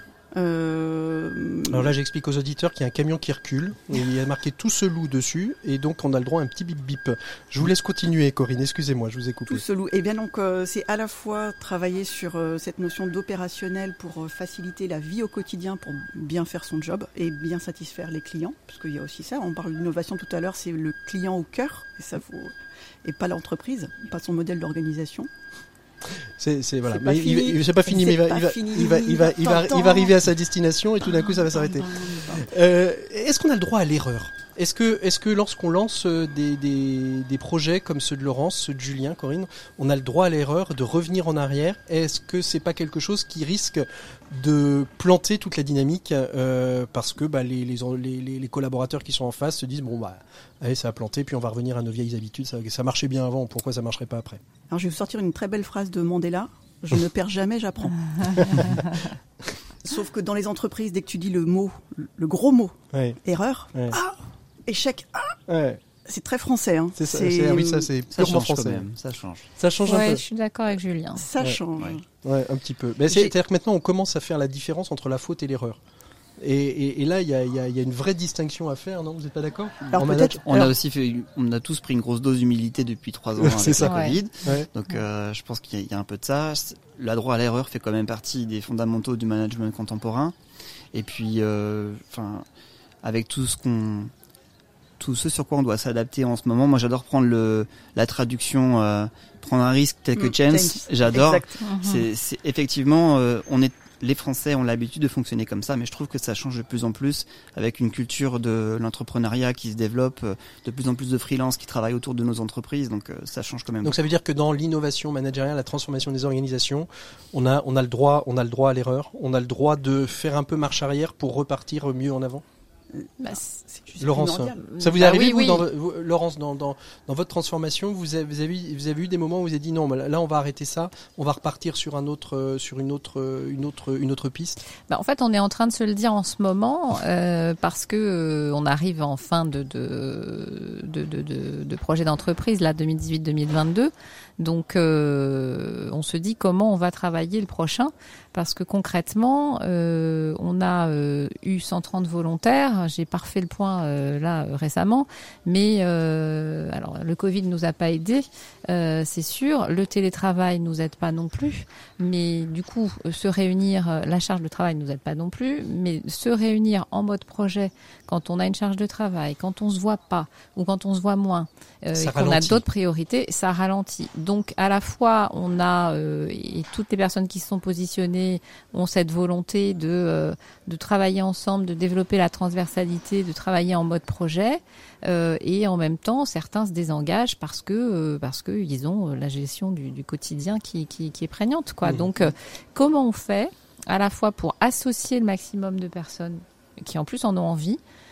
Alors là, j'explique aux auditeurs qu'il y a un camion qui recule et il y a marqué tout ce loup dessus, et donc on a le droit à un petit bip bip. Je vous laisse continuer, Corinne, excusez-moi, je vous ai coupé. Tout ce loup. Et bien donc c'est à la fois travailler sur cette notion d'opérationnel pour faciliter la vie au quotidien, pour bien faire son job et bien satisfaire les clients, parce qu'il y a aussi ça. On parle d'innovation tout à l'heure, c'est le client au cœur, et pas l'entreprise, pas son modèle d'organisation. Voilà. Mais c'est pas fini, mais il va arriver à sa destination et tout d'un coup ça va s'arrêter. Est-ce qu'on a le droit à l'erreur? Est-ce que lorsqu'on lance des projets comme ceux de Laurence, ceux de Julien, Corinne, on a le droit à l'erreur, de revenir en arrière? Est-ce que c'est pas quelque chose qui risque de planter toute la dynamique parce que les collaborateurs qui sont en face se disent allez, ça a planté, puis on va revenir à nos vieilles habitudes, ça marchait bien avant, pourquoi ça marcherait pas après? Alors je vais vous sortir une très belle phrase de Mandela: je ne perds jamais, j'apprends. Sauf que dans les entreprises, dès que tu dis le gros mot, erreur, échec, c'est très français. Hein. C'est ça, c'est purement français. Quand même, ça change. Ça change un peu. Je suis d'accord avec Julien. Ça change. Ouais, un petit peu. C'est-à-dire que maintenant, on commence à faire la différence entre la faute et l'erreur. Et là, il y a une vraie distinction à faire, non? Vous n'êtes pas d'accord? On a tous pris une grosse dose d'humilité depuis 3 ans avec la Covid. Donc, je pense qu'il y a un peu de ça. Le droit à l'erreur fait quand même partie des fondamentaux du management contemporain. Et puis, avec tout ce sur quoi on doit s'adapter en ce moment. Moi, j'adore prendre la traduction, prendre un risque tel que chance. J'adore. C'est effectivement, les Français ont l'habitude de fonctionner comme ça, mais je trouve que ça change de plus en plus avec une culture de l'entrepreneuriat qui se développe, de plus en plus de freelance qui travaillent autour de nos entreprises, donc ça change quand même. Donc ça veut dire que dans l'innovation managériale, la transformation des organisations, on a le droit à l'erreur, on a le droit de faire un peu marche arrière pour repartir mieux en avant. Laurence, ça vous est arrivé Laurence, dans votre transformation, vous avez eu des moments où vous avez dit non, là on va arrêter ça, on va repartir sur une autre piste? En fait, on est en train de se le dire en ce moment parce que on arrive en fin de projet d'entreprise là 2018-2022. Donc on se dit comment on va travailler le prochain, parce que concrètement on a eu 130 volontaires. J'ai pas refait le point là récemment, mais alors le Covid nous a pas aidés, c'est sûr. Le télétravail nous aide pas non plus, mais du coup se réunir, la charge de travail nous aide pas non plus, mais se réunir en mode projet quand on a une charge de travail, quand on se voit pas ou quand on se voit moins, et qu'on a d'autres priorités, ça ralentit. Donc à la fois on a et toutes les personnes qui se sont positionnées ont cette volonté de travailler ensemble, de développer la transversalité, de travailler en mode projet, et en même temps certains se désengagent parce que ils ont la gestion du quotidien qui est prégnante, quoi. Donc comment on fait à la fois pour associer le maximum de personnes qui en plus en ont envie,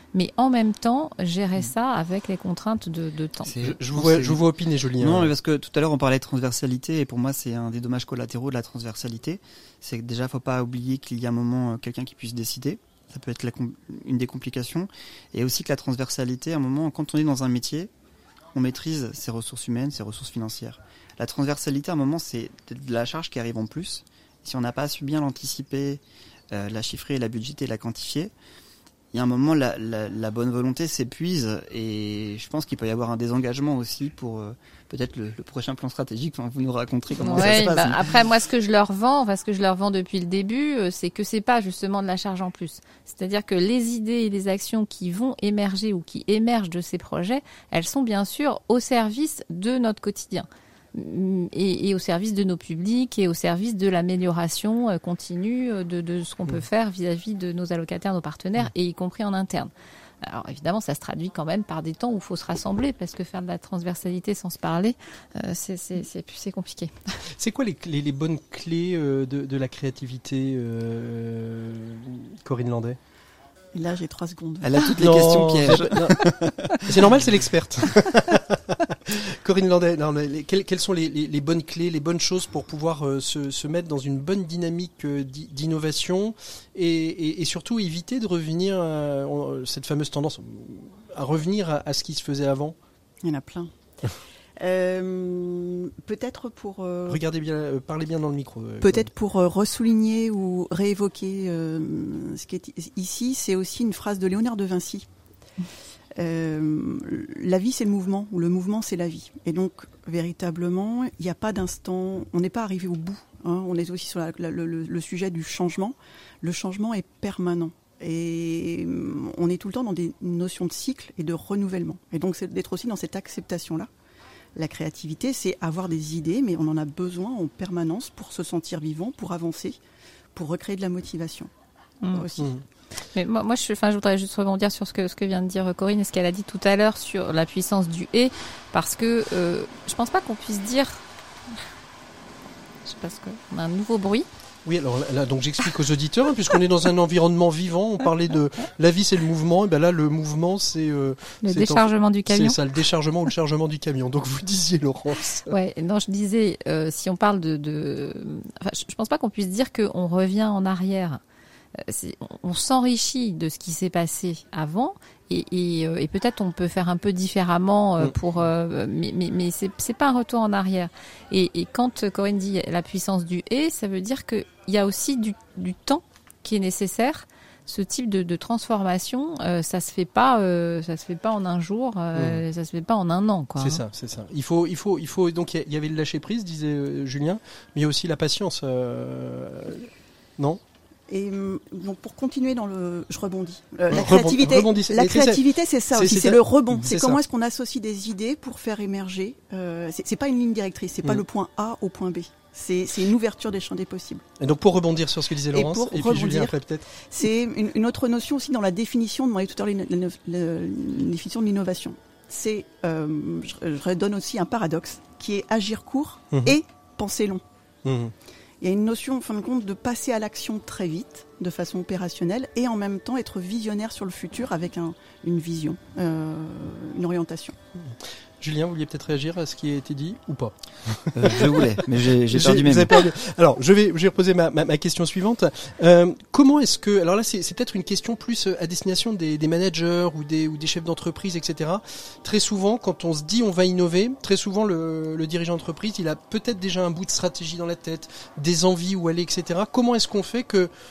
mais en même temps gérer ça avec les contraintes de temps. Je vous vois opiner, Julien. Non, mais parce que tout à l'heure on parlait de transversalité, et pour moi c'est un des dommages collatéraux de la transversalité. C'est que déjà faut pas oublier qu'il y a un moment quelqu'un qui puisse décider. Ça peut être une des complications. Et aussi que la transversalité, à un moment, quand on est dans un métier, on maîtrise ses ressources humaines, ses ressources financières. La transversalité, à un moment, c'est de la charge qui arrive en plus. Si on n'a pas su bien l'anticiper, la chiffrer, la budgéter, la quantifier, il y a un moment, la bonne volonté s'épuise, et je pense qu'il peut y avoir un désengagement aussi pour peut-être le prochain plan stratégique. Enfin, vous nous raconterez comment ça se passe. Après, moi, ce que je leur vends depuis le début, c'est que c'est pas justement de la charge en plus. C'est-à-dire que les idées et les actions qui vont émerger ou qui émergent de ces projets, elles sont bien sûr au service de notre quotidien. Et au service de nos publics et au service de l'amélioration continue de ce qu'on peut faire vis-à-vis de nos allocataires, nos partenaires, et y compris en interne. Alors évidemment, ça se traduit quand même par des temps où il faut se rassembler, parce que faire de la transversalité sans se parler, c'est compliqué. C'est quoi les bonnes clés de la créativité, Corinne Landais ? Et là, j'ai 3 secondes. Elle a toutes les questions pièges. C'est normal, c'est l'experte. Corinne Landais, quelles sont les bonnes clés, les bonnes choses pour pouvoir se mettre dans une bonne dynamique d'innovation et surtout éviter de revenir à cette fameuse tendance à revenir à ce qui se faisait avant ? Il y en a plein. Peut-être pour regardez bien, parlez bien dans le micro. Peut-être pour ressouligner ou réévoquer ce qui est ici, c'est aussi une phrase de Léonard de Vinci. La vie c'est le mouvement, ou le mouvement c'est la vie. Et donc véritablement, il n'y a pas d'instant, on n'est pas arrivé au bout. On est aussi sur le sujet du changement. Le changement est permanent. Et on est tout le temps dans des notions de cycle et de renouvellement. Et donc c'est d'être aussi dans cette acceptation-là. La créativité, c'est avoir des idées, mais on en a besoin en permanence pour se sentir vivant, pour avancer, pour recréer de la motivation aussi. Mais moi je voudrais juste rebondir sur ce que vient de dire Corinne et ce qu'elle a dit tout à l'heure sur la puissance du « et », parce que je pense pas qu'on puisse dire... Je sais pas ce qu'on a un nouveau bruit. Oui, alors là, donc j'explique aux auditeurs, puisqu'on est dans un environnement vivant, on parlait de la vie c'est le mouvement, et ben là le mouvement c'est le déchargement du camion. C'est ça, le déchargement ou le chargement du camion. Donc vous disiez, Laurence. Ouais, non, je disais si on parle enfin, je pense pas qu'on puisse dire qu'on revient en arrière. On s'enrichit de ce qui s'est passé avant et peut-être on peut faire un peu différemment mais c'est pas un retour en arrière. Et quand Corinne dit la puissance du « et », ça veut dire qu'il y a aussi du temps qui est nécessaire. Ce type de transformation, ça se fait pas en un jour, ça se fait pas en un an, quoi. C'est ça. Il faut donc il y avait le lâcher prise, disait Julien, mais il y a aussi la patience, non? Et donc pour continuer je rebondis. La créativité, c'est ça aussi, c'est le rebond. C'est comment est-ce qu'on associe des idées pour faire émerger. C'est pas une ligne directrice, c'est pas le point A au point B. C'est une ouverture des champs des possibles. Et donc pour rebondir sur ce que disait Laurence, et puis Julien après peut-être. C'est une autre notion aussi dans la définition. On demandait tout à l'heure la définition de l'innovation. C'est, je redonne aussi un paradoxe qui est agir court et penser long. Il y a une notion, en fin de compte, de passer à l'action très vite, de façon opérationnelle, et en même temps être visionnaire sur le futur avec une vision, une orientation. Julien, vous vouliez peut-être réagir à ce qui a été dit ou pas? Je voulais, mais j'ai perdu mes mots. Alors, je vais reposer ma question suivante. Comment est-ce que... Alors là, c'est peut-être une question plus à destination des managers ou des chefs d'entreprise, etc. Très souvent, quand on se dit on va innover, très souvent le dirigeant d'entreprise, il a peut-être déjà un bout de stratégie dans la tête, des envies où aller, etc. Comment est-ce qu'on fait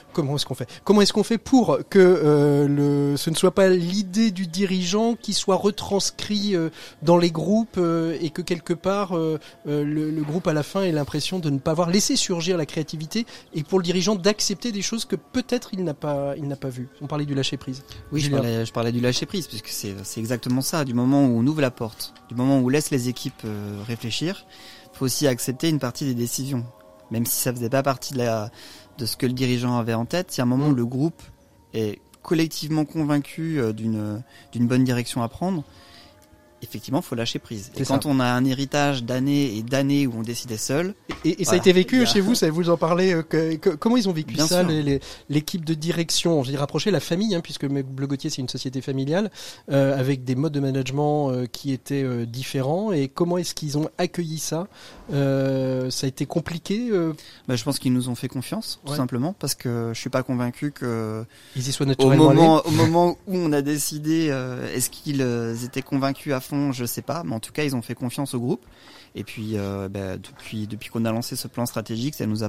pour que ce ne soit pas l'idée du dirigeant qui soit retranscrit dans les groupes et que quelque part le groupe à la fin ait l'impression de ne pas avoir laissé surgir la créativité et pour le dirigeant d'accepter des choses que peut-être il n'a pas vues. On parlait du lâcher prise. Oui, je parlais du lâcher prise puisque c'est exactement ça. Du moment où on ouvre la porte, du moment où on laisse les équipes réfléchir, il faut aussi accepter une partie des décisions, même si ça faisait pas partie de ce que le dirigeant avait en tête. Si à un moment le groupe est collectivement convaincu d'une bonne direction à prendre, effectivement, faut lâcher prise. Et quand on a un héritage d'années et d'années où on décidait seul. Et ça a été vécu chez vous, ça vous en parlez, comment ils ont vécu Bien ça, sûr. l'équipe de direction, je dis rapprocher la famille, hein, puisque Bleu Gautier c'est une société familiale, avec des modes de management qui étaient différents, et comment est-ce qu'ils ont accueilli ça? Ça a été compliqué Je pense qu'ils nous ont fait confiance, tout simplement, parce que je suis pas convaincu que ils y soient naturellement au moment où on a décidé, est-ce qu'ils étaient convaincus à fond, je sais pas, mais en tout cas ils ont fait confiance au groupe. Et puis depuis qu'on a lancé ce plan stratégique, ça nous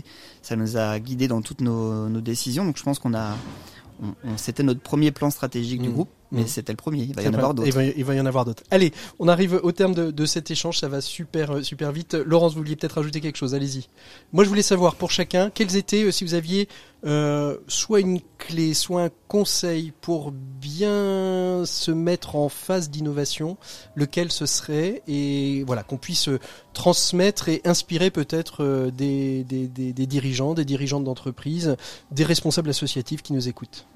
a guidés dans toutes nos décisions. Donc je pense c'était notre premier plan stratégique du groupe, mais c'était le premier. Il va y en avoir d'autres. Il va y en avoir d'autres. Allez, on arrive au terme de cet échange. Ça va super vite. Laurence, vous vouliez peut-être ajouter quelque chose. Allez-y. Moi, je voulais savoir pour chacun quels étaient, si vous aviez soit une clé, soit un conseil pour bien se mettre en phase d'innovation, lequel ce serait, et voilà, qu'on puisse transmettre et inspirer peut-être des dirigeants, des dirigeantes d'entreprise, des responsables associatifs qui nous écoutent.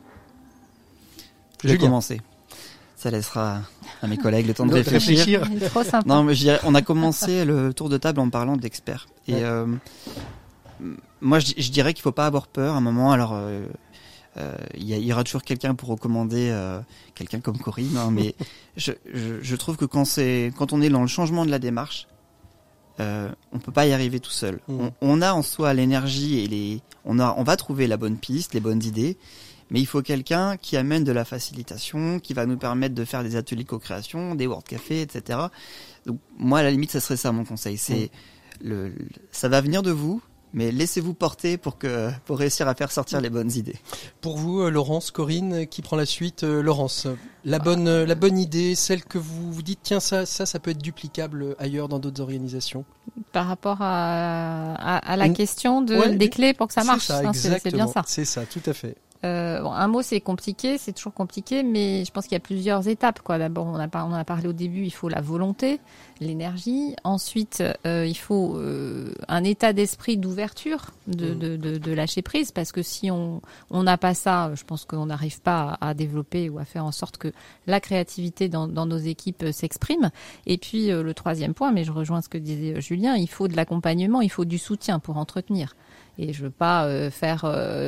Je vais commencer. Ça laissera à mes collègues le temps de réfléchir. Il est trop sympa. Non, mais je dirais, on a commencé le tour de table en parlant d'experts. Et moi, je dirais qu'il faut pas avoir peur. À un moment, alors, il y aura toujours quelqu'un pour recommander quelqu'un comme Corinne. Hein, mais je trouve que quand on est dans le changement de la démarche, on peut pas y arriver tout seul. On a en soi l'énergie et on va trouver la bonne piste, les bonnes idées. Mais il faut quelqu'un qui amène de la facilitation, qui va nous permettre de faire des ateliers de co-création, des World Café, etc. Donc moi, à la limite, ça serait ça mon conseil. C'est ça va venir de vous, mais laissez-vous porter pour réussir à faire sortir les bonnes idées. Pour vous, Laurence, Corinne, qui prend la suite? Laurence, la bonne idée, celle que vous dites, tiens, ça peut être duplicable ailleurs dans d'autres organisations. Par rapport à la question des clés pour que ça marche. C'est bien ça. C'est ça, tout à fait. Un mot c'est compliqué, c'est toujours compliqué, mais je pense qu'il y a plusieurs étapes, quoi. D'abord, on en a parlé au début, il faut la volonté, l'énergie. Ensuite, il faut un état d'esprit d'ouverture, de lâcher prise, parce que si on n'a pas ça, je pense qu'on n'arrive pas à développer ou à faire en sorte que la créativité dans nos équipes s'exprime. Et puis le troisième point, mais je rejoins ce que disait Julien, il faut de l'accompagnement, il faut du soutien pour entretenir. Et je veux pas faire,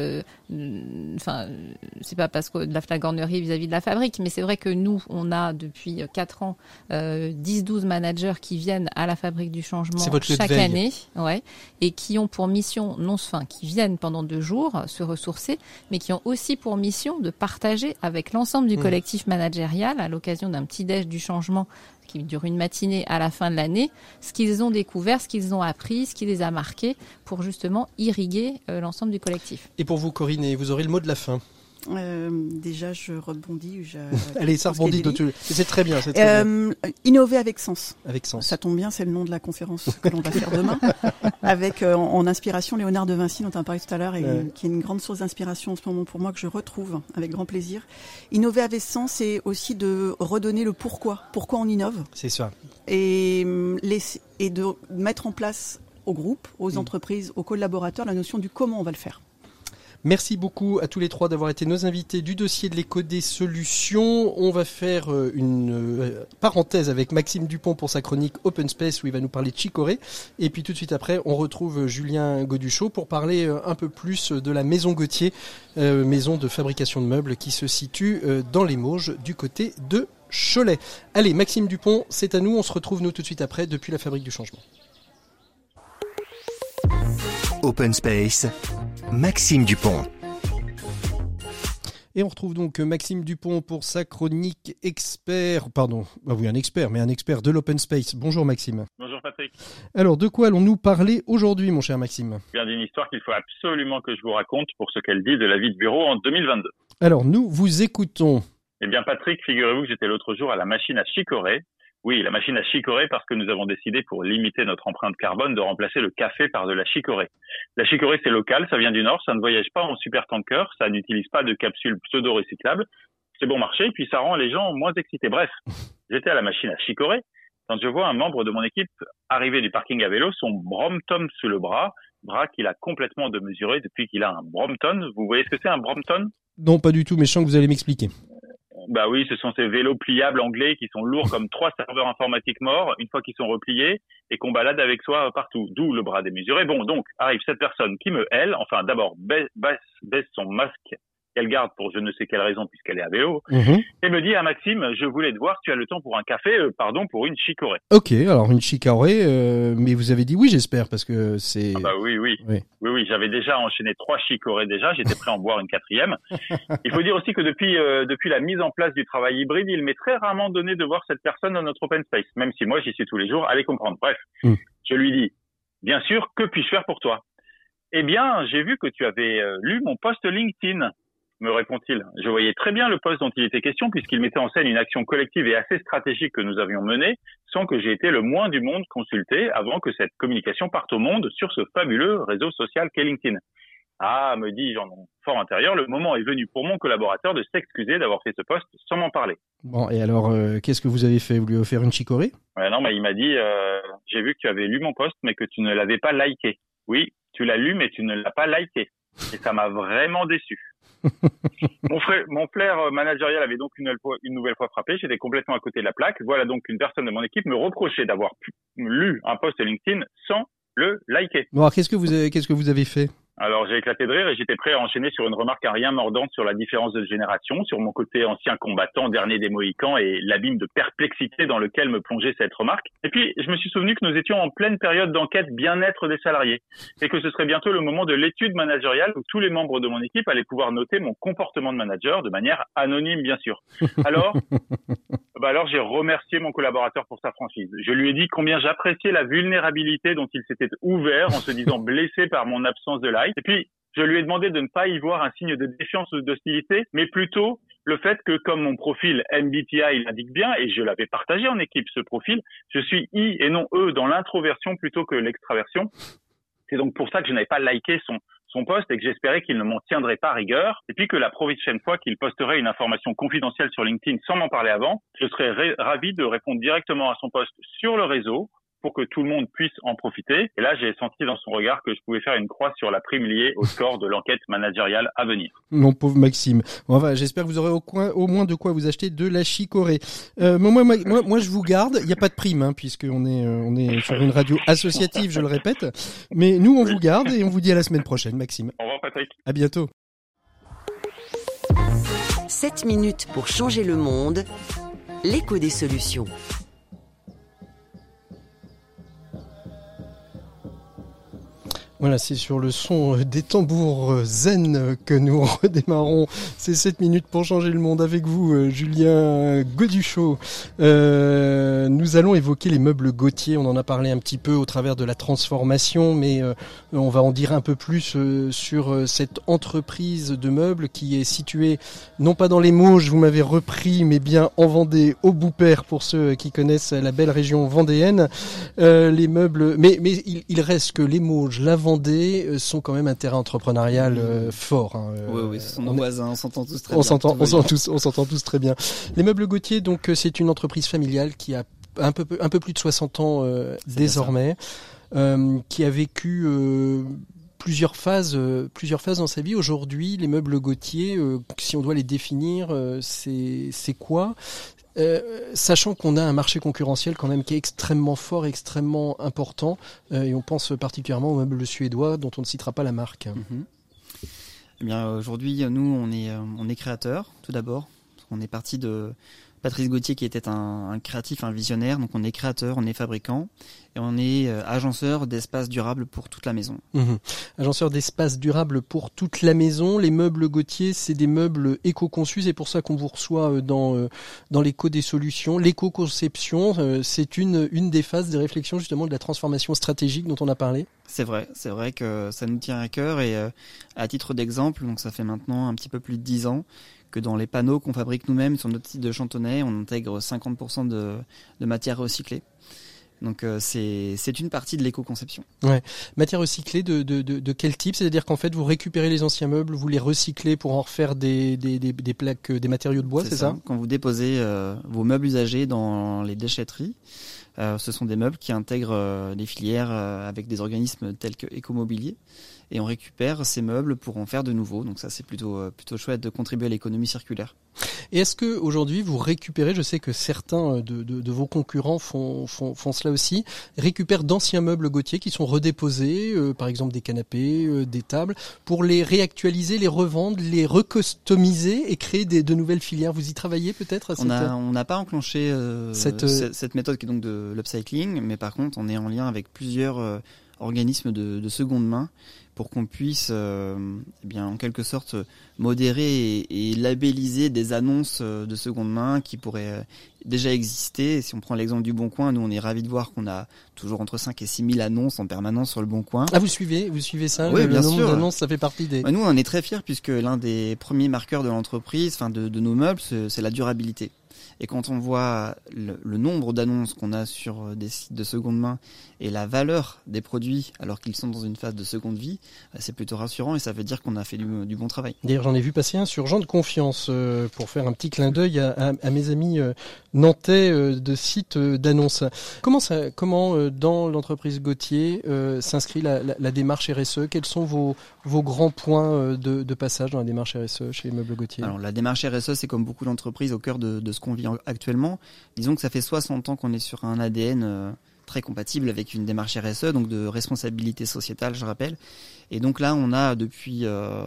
c'est pas parce que de la flagornerie vis-à-vis de la fabrique, mais c'est vrai que nous, on a depuis 4 ans 10-12 managers qui viennent à la fabrique du changement chaque année, et qui ont pour mission, qui viennent pendant 2 jours se ressourcer, mais qui ont aussi pour mission de partager avec l'ensemble du collectif managérial, à l'occasion d'un petit déj du changement qui dure une matinée à la fin de l'année, ce qu'ils ont découvert, ce qu'ils ont appris, ce qui les a marqués, pour justement irriguer l'ensemble du collectif. Et pour vous, Corinne, et vous aurez le mot de la fin. Déjà, je rebondis. Allez, ça rebondit. C'est très bien. Innover avec sens. Avec sens. Ça tombe bien, c'est le nom de la conférence que l'on va faire demain. Avec en inspiration Léonard de Vinci, dont on a parlé tout à l'heure, et qui est une grande source d'inspiration en ce moment pour moi, que je retrouve avec grand plaisir. Innover avec sens, c'est aussi de redonner le pourquoi. Pourquoi on innove. C'est ça. Et de mettre en place au groupe, aux entreprises, aux collaborateurs, la notion du comment on va le faire. Merci beaucoup à tous les 3 d'avoir été nos invités du dossier de l'éco des solutions. On va faire une parenthèse avec Maxime Dupont pour sa chronique Open Space où il va nous parler de Chicorée. Et puis tout de suite après, on retrouve Julien Goduchot pour parler un peu plus de la Maison Gautier, maison de fabrication de meubles qui se situe dans les Mauges du côté de Cholet. Allez, Maxime Dupont, c'est à nous. On se retrouve nous tout de suite après depuis la Fabrique du Changement. Open Space, Maxime Dupont. Et on retrouve donc Maxime Dupont pour sa chronique expert, un expert de l'Open Space. Bonjour Maxime. Bonjour Patrick. Alors de quoi allons-nous parler aujourd'hui mon cher Maxime? Bien d'une histoire qu'il faut absolument que je vous raconte pour ce qu'elle dit de la vie de bureau en 2022. Alors nous vous écoutons. Eh bien Patrick, figurez-vous que j'étais l'autre jour à la machine à chicorée. Oui, la machine à chicorée parce que nous avons décidé pour limiter notre empreinte carbone de remplacer le café par de la chicorée. La chicorée c'est local, ça vient du Nord, ça ne voyage pas en supertanker, ça n'utilise pas de capsules pseudo-recyclables, c'est bon marché puis ça rend les gens moins excités. Bref, j'étais à la machine à chicorée quand je vois un membre de mon équipe arriver du parking à vélo, son Brompton sous le bras qu'il a complètement démesuré depuis qu'il a un Brompton. Vous voyez ce que c'est un Brompton ? Non, pas du tout, mais je sens que vous allez m'expliquer. Bah oui, ce sont ces vélos pliables anglais qui sont lourds comme 3 serveurs informatiques morts une fois qu'ils sont repliés et qu'on balade avec soi partout. D'où le bras démesuré. Bon, donc arrive cette personne qui me hèle. Enfin, d'abord baisse son masque qu'elle garde pour je ne sais quelle raison puisqu'elle est à vélo, et me dit Maxime, je voulais te voir, tu as le temps pour un café, pour une chicorée. Ok, alors une chicorée, mais vous avez dit oui, j'espère, parce que c'est... Ah bah oui, j'avais déjà enchaîné 3 chicorées déjà, j'étais prêt à en boire une 4e. Il faut dire aussi que depuis la mise en place du travail hybride, il m'est très rarement donné de voir cette personne dans notre open space, même si moi j'y suis tous les jours, allez comprendre. Bref, je lui dis, bien sûr, que puis-je faire pour toi? Eh bien, j'ai vu que tu avais lu mon post LinkedIn, me répond-il. Je voyais très bien le poste dont il était question puisqu'il mettait en scène une action collective et assez stratégique que nous avions menée sans que j'ai été le moins du monde consulté avant que cette communication parte au monde sur ce fabuleux réseau social qu'est LinkedIn. Ah, me dis-je en mon fort intérieur, le moment est venu pour mon collaborateur de s'excuser d'avoir fait ce post sans m'en parler. Bon, et alors, qu'est-ce que vous avez fait? Vous lui avez offert une chicorée? Non, mais il m'a dit, j'ai vu que tu avais lu mon post mais que tu ne l'avais pas liké. Oui, tu l'as lu mais tu ne l'as pas liké. Et ça m'a vraiment déçu. Mon flair managérial avait donc une nouvelle fois frappé. J'étais complètement à côté de la plaque. Voilà donc une personne de mon équipe me reprochait d'avoir lu un post LinkedIn sans le liker. Bon, alors qu'est-ce que vous avez fait? Alors j'ai éclaté de rire et j'étais prêt à enchaîner sur une remarque à rien mordante sur la différence de génération, sur mon côté ancien combattant, dernier des Mohicans et l'abîme de perplexité dans lequel me plongeait cette remarque. Et puis je me suis souvenu que nous étions en pleine période d'enquête bien-être des salariés et que ce serait bientôt le moment de l'étude managériale où tous les membres de mon équipe allaient pouvoir noter mon comportement de manager de manière anonyme bien sûr. Alors j'ai remercié mon collaborateur pour sa franchise. Je lui ai dit combien j'appréciais la vulnérabilité dont il s'était ouvert en se disant blessé par mon absence de like. Et puis, je lui ai demandé de ne pas y voir un signe de défiance ou d'hostilité, mais plutôt le fait que, comme mon profil MBTI l'indique bien, et je l'avais partagé en équipe ce profil, je suis I et non E dans l'introversion plutôt que l'extraversion. C'est donc pour ça que je n'avais pas liké son post et que j'espérais qu'il ne m'en tiendrait pas rigueur. Et puis que la prochaine fois qu'il posterait une information confidentielle sur LinkedIn sans m'en parler avant, je serais ravi de répondre directement à son post sur le réseau pour que tout le monde puisse en profiter. Et là, j'ai senti dans son regard que je pouvais faire une croix sur la prime liée au score de l'enquête managériale à venir. Mon pauvre Maxime. Bon, enfin, j'espère que vous aurez au moins de quoi vous acheter de la chicorée. Moi, je vous garde. Il n'y a pas de prime, puisqu'on est sur une radio associative, je le répète. Mais nous, on vous garde et on vous dit à la semaine prochaine, Maxime. Au revoir, Patrick. À bientôt. 7 minutes pour changer le monde. L'écho des solutions. Voilà, c'est sur le son des tambours zen que nous redémarrons ces 7 minutes pour changer le monde avec vous, Julien Goduchot. Nous allons évoquer les meubles Gauthier. On en a parlé un petit peu au travers de la transformation, mais on va en dire un peu plus sur cette entreprise de meubles qui est située non pas dans les Mauges, vous m'avez repris, mais bien en Vendée, au Boupère, pour ceux qui connaissent la belle région vendéenne. Les meubles, mais il reste que les Mauges, la Vendée sont quand même un terrain entrepreneurial fort. Oui, ce sont nos voisins, on s'entend tous très bien. On s'entend tous très bien. Les meubles Gauthier, donc c'est une entreprise familiale qui a un peu plus de 60 ans désormais, qui a vécu plusieurs phases dans sa vie. Aujourd'hui, les meubles Gauthier, si on doit les définir, c'est quoi ? Sachant qu'on a un marché concurrentiel quand même qui est extrêmement fort, extrêmement important, et on pense particulièrement aux meubles suédois dont on ne citera pas la marque. Eh bien, aujourd'hui, nous, on est créateurs, tout d'abord. On est parti de Patrice Gauthier qui était un créatif, un visionnaire. Donc on est créateur, on est fabricant et on est agenceur d'espaces durables pour toute la maison. Agenceur d'espaces durables pour toute la maison. Les meubles Gauthier, c'est des meubles éco-conçus. C'est pour ça qu'on vous reçoit dans l'éco des solutions. L'éco-conception, c'est une des phases des réflexions justement de la transformation stratégique dont on a parlé. C'est vrai que ça nous tient à cœur et à titre d'exemple, donc ça fait maintenant un petit peu plus de 10 ans que dans les panneaux qu'on fabrique nous-mêmes sur notre site de Chantonnay, on intègre 50% de matières recyclées. Donc c'est une partie de l'éco-conception. Ouais. Matières recyclées de quel type ? C'est-à-dire qu'en fait vous récupérez les anciens meubles, vous les recyclez pour en refaire des plaques, des matériaux de bois, c'est ça ? Quand vous déposez vos meubles usagés dans les déchetteries, ce sont des meubles qui intègrent des filières avec des organismes tels que Écomobilier. Et on récupère ces meubles pour en faire de nouveaux. Donc ça, c'est plutôt chouette de contribuer à l'économie circulaire. Et est-ce que aujourd'hui vous récupérez, je sais que certains de vos concurrents font cela aussi, récupèrent d'anciens meubles Gauthier qui sont redéposés, par exemple des canapés, des tables, pour les réactualiser, les revendre, les recustomiser et créer de nouvelles filières. Vous y travaillez peut-être? On n'a pas enclenché cette méthode qui est donc de l'upcycling, mais par contre on est en lien avec plusieurs organismes de seconde main pour qu'on puisse en quelque sorte modérer et labelliser des annonces de seconde main qui pourraient déjà exister. Et si on prend l'exemple du Bon Coin, nous on est ravis de voir qu'on a toujours entre 5 et 6 000 annonces en permanence sur le Bon Coin. Ah, vous suivez ça? Oui, bien sûr. Le nombre d'annonces, ça fait partie des... Nous on est très fiers puisque l'un des premiers marqueurs de l'entreprise, de nos meubles, c'est la durabilité. Et quand on voit le nombre d'annonces qu'on a sur des sites de seconde main et la valeur des produits alors qu'ils sont dans une phase de seconde vie, c'est plutôt rassurant et ça veut dire qu'on a fait du bon travail. D'ailleurs, j'en ai vu passer un sur Jean de Confiance pour faire un petit clin d'œil à mes amis nantais de sites d'annonces. Comment dans l'entreprise Gauthier s'inscrit la démarche RSE? Quels sont vos grands points de passage dans la démarche RSE chez Meubles Gauthier? Alors, la démarche RSE, c'est comme beaucoup d'entreprises au cœur de ce qu'on vit actuellement. Disons que ça fait 60 ans qu'on est sur un ADN très compatible avec une démarche RSE, donc de responsabilité sociétale, je rappelle. Et donc là, on a depuis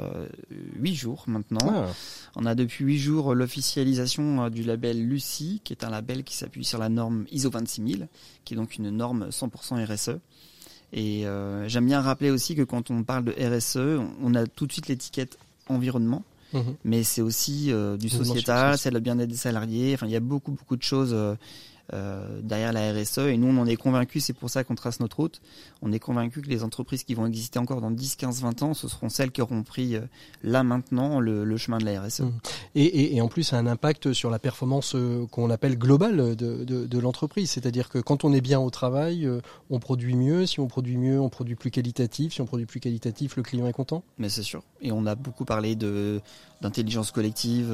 8 jours maintenant, on a depuis 8 jours l'officialisation du label Lucie, qui est un label qui s'appuie sur la norme ISO 26000, qui est donc une norme 100% RSE. Et j'aime bien rappeler aussi que quand on parle de RSE, on a tout de suite l'étiquette environnement. Mais c'est aussi du sociétal, c'est le bien-être des salariés. Enfin, il y a beaucoup de choses derrière la RSE et nous on en est convaincus, c'est pour ça qu'on trace notre route. On est convaincus que les entreprises qui vont exister encore dans 10, 15, 20 ans, ce seront celles qui auront pris là maintenant le chemin de la RSE. Et en plus ça a un impact sur la performance qu'on appelle globale de l'entreprise, c'est-à-dire que quand on est bien au travail, on produit mieux, si on produit mieux, on produit plus qualitatif, si on produit plus qualitatif, le client est content. Mais c'est sûr, et on a beaucoup parlé d'intelligence collective,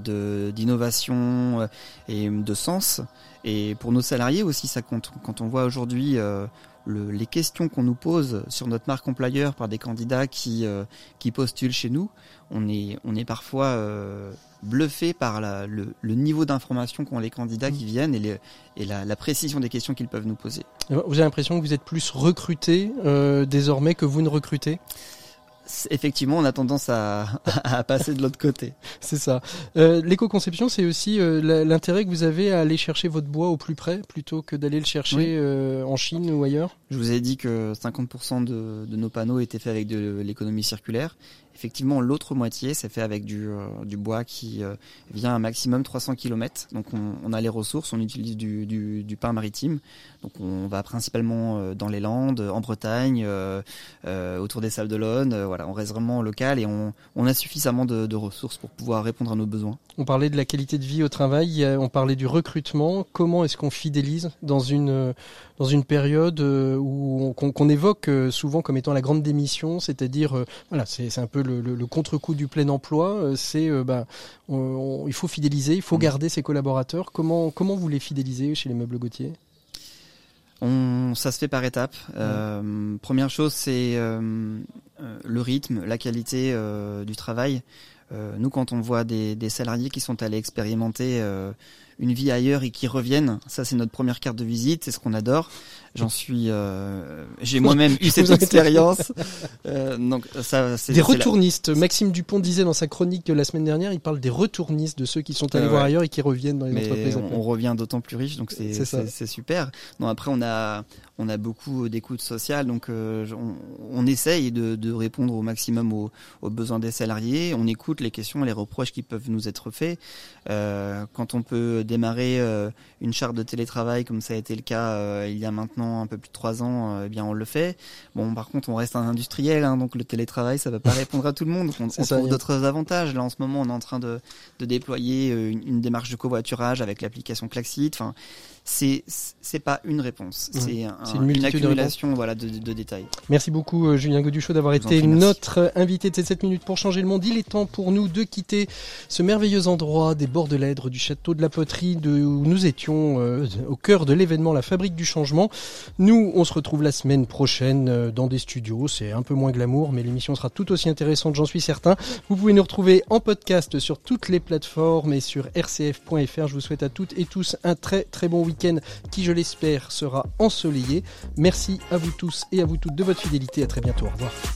d'innovation et de sens. Et pour nos salariés aussi, ça compte. Quand on voit aujourd'hui les questions qu'on nous pose sur notre marque employeur par des candidats qui postulent chez nous, on est parfois bluffé par le niveau d'information qu'ont les candidats qui viennent et la précision des questions qu'ils peuvent nous poser. Vous avez l'impression que vous êtes plus recruté désormais que vous ne recrutez ? Effectivement, on a tendance à passer de l'autre côté. C'est ça. L'éco-conception, c'est aussi l'intérêt que vous avez à aller chercher votre bois au plus près, plutôt que d'aller le chercher en Chine ou ailleurs. Je vous ai dit que 50% de nos panneaux étaient faits avec de l'économie circulaire. Effectivement, l'autre moitié, c'est fait avec du bois qui vient à maximum 300 km. Donc on a les ressources, on utilise du pin maritime. Donc on va principalement dans les Landes, en Bretagne, autour des Sables d'Olonne. On reste vraiment local et on a suffisamment de ressources pour pouvoir répondre à nos besoins. On parlait de la qualité de vie au travail, on parlait du recrutement. Comment est-ce qu'on fidélise dans une période où qu'on évoque souvent comme étant la grande démission, c'est-à-dire c'est un peu le contre-coup du plein emploi, il faut fidéliser, il faut garder ses collaborateurs. Comment vous les fidélisez chez les Meubles Gauthier ? Ça se fait par étapes. Première chose, c'est le rythme, la qualité du travail. Nous, quand on voit des salariés qui sont allés expérimenter une vie ailleurs et qui reviennent, ça c'est notre première carte de visite, c'est ce qu'on adore. J'ai moi-même eu cette expérience. Donc ça, des retournistes. Maxime Dupont disait dans sa chronique de la semaine dernière, il parle des retournistes, de ceux qui sont allés voir ailleurs et qui reviennent dans les entreprises. On revient d'autant plus riche, donc c'est super. Non, après on a beaucoup d'écoute sociale, donc on essaye de répondre au maximum aux besoins des salariés. On écoute les questions, les reproches qui peuvent nous être faits. Quand on peut démarrer une charte de télétravail comme ça a été le cas il y a maintenant un peu plus de 3 ans, eh bien on le fait. Bon, par contre on reste un industriel, donc le télétravail ça va pas répondre à tout le monde. On trouve d'autres avantages. Là en ce moment on est en train de déployer une démarche de covoiturage avec l'application Klaxit. Enfin, c'est pas une réponse, c'est une accumulation de détails. Merci beaucoup Julien Goduchot d'avoir été notre invité de ces 7 minutes pour changer le monde. Il est temps pour nous de quitter ce merveilleux endroit des bords de l'Èdre, du château de la Poterie. Estrie, où nous étions au cœur de l'événement La Fabrique du Changement. Nous, on se retrouve la semaine prochaine dans des studios. C'est un peu moins glamour, mais l'émission sera tout aussi intéressante, j'en suis certain. Vous pouvez nous retrouver en podcast sur toutes les plateformes et sur rcf.fr. Je vous souhaite à toutes et tous un très très bon week-end qui, je l'espère, sera ensoleillé. Merci à vous tous et à vous toutes de votre fidélité. À très bientôt. Au revoir.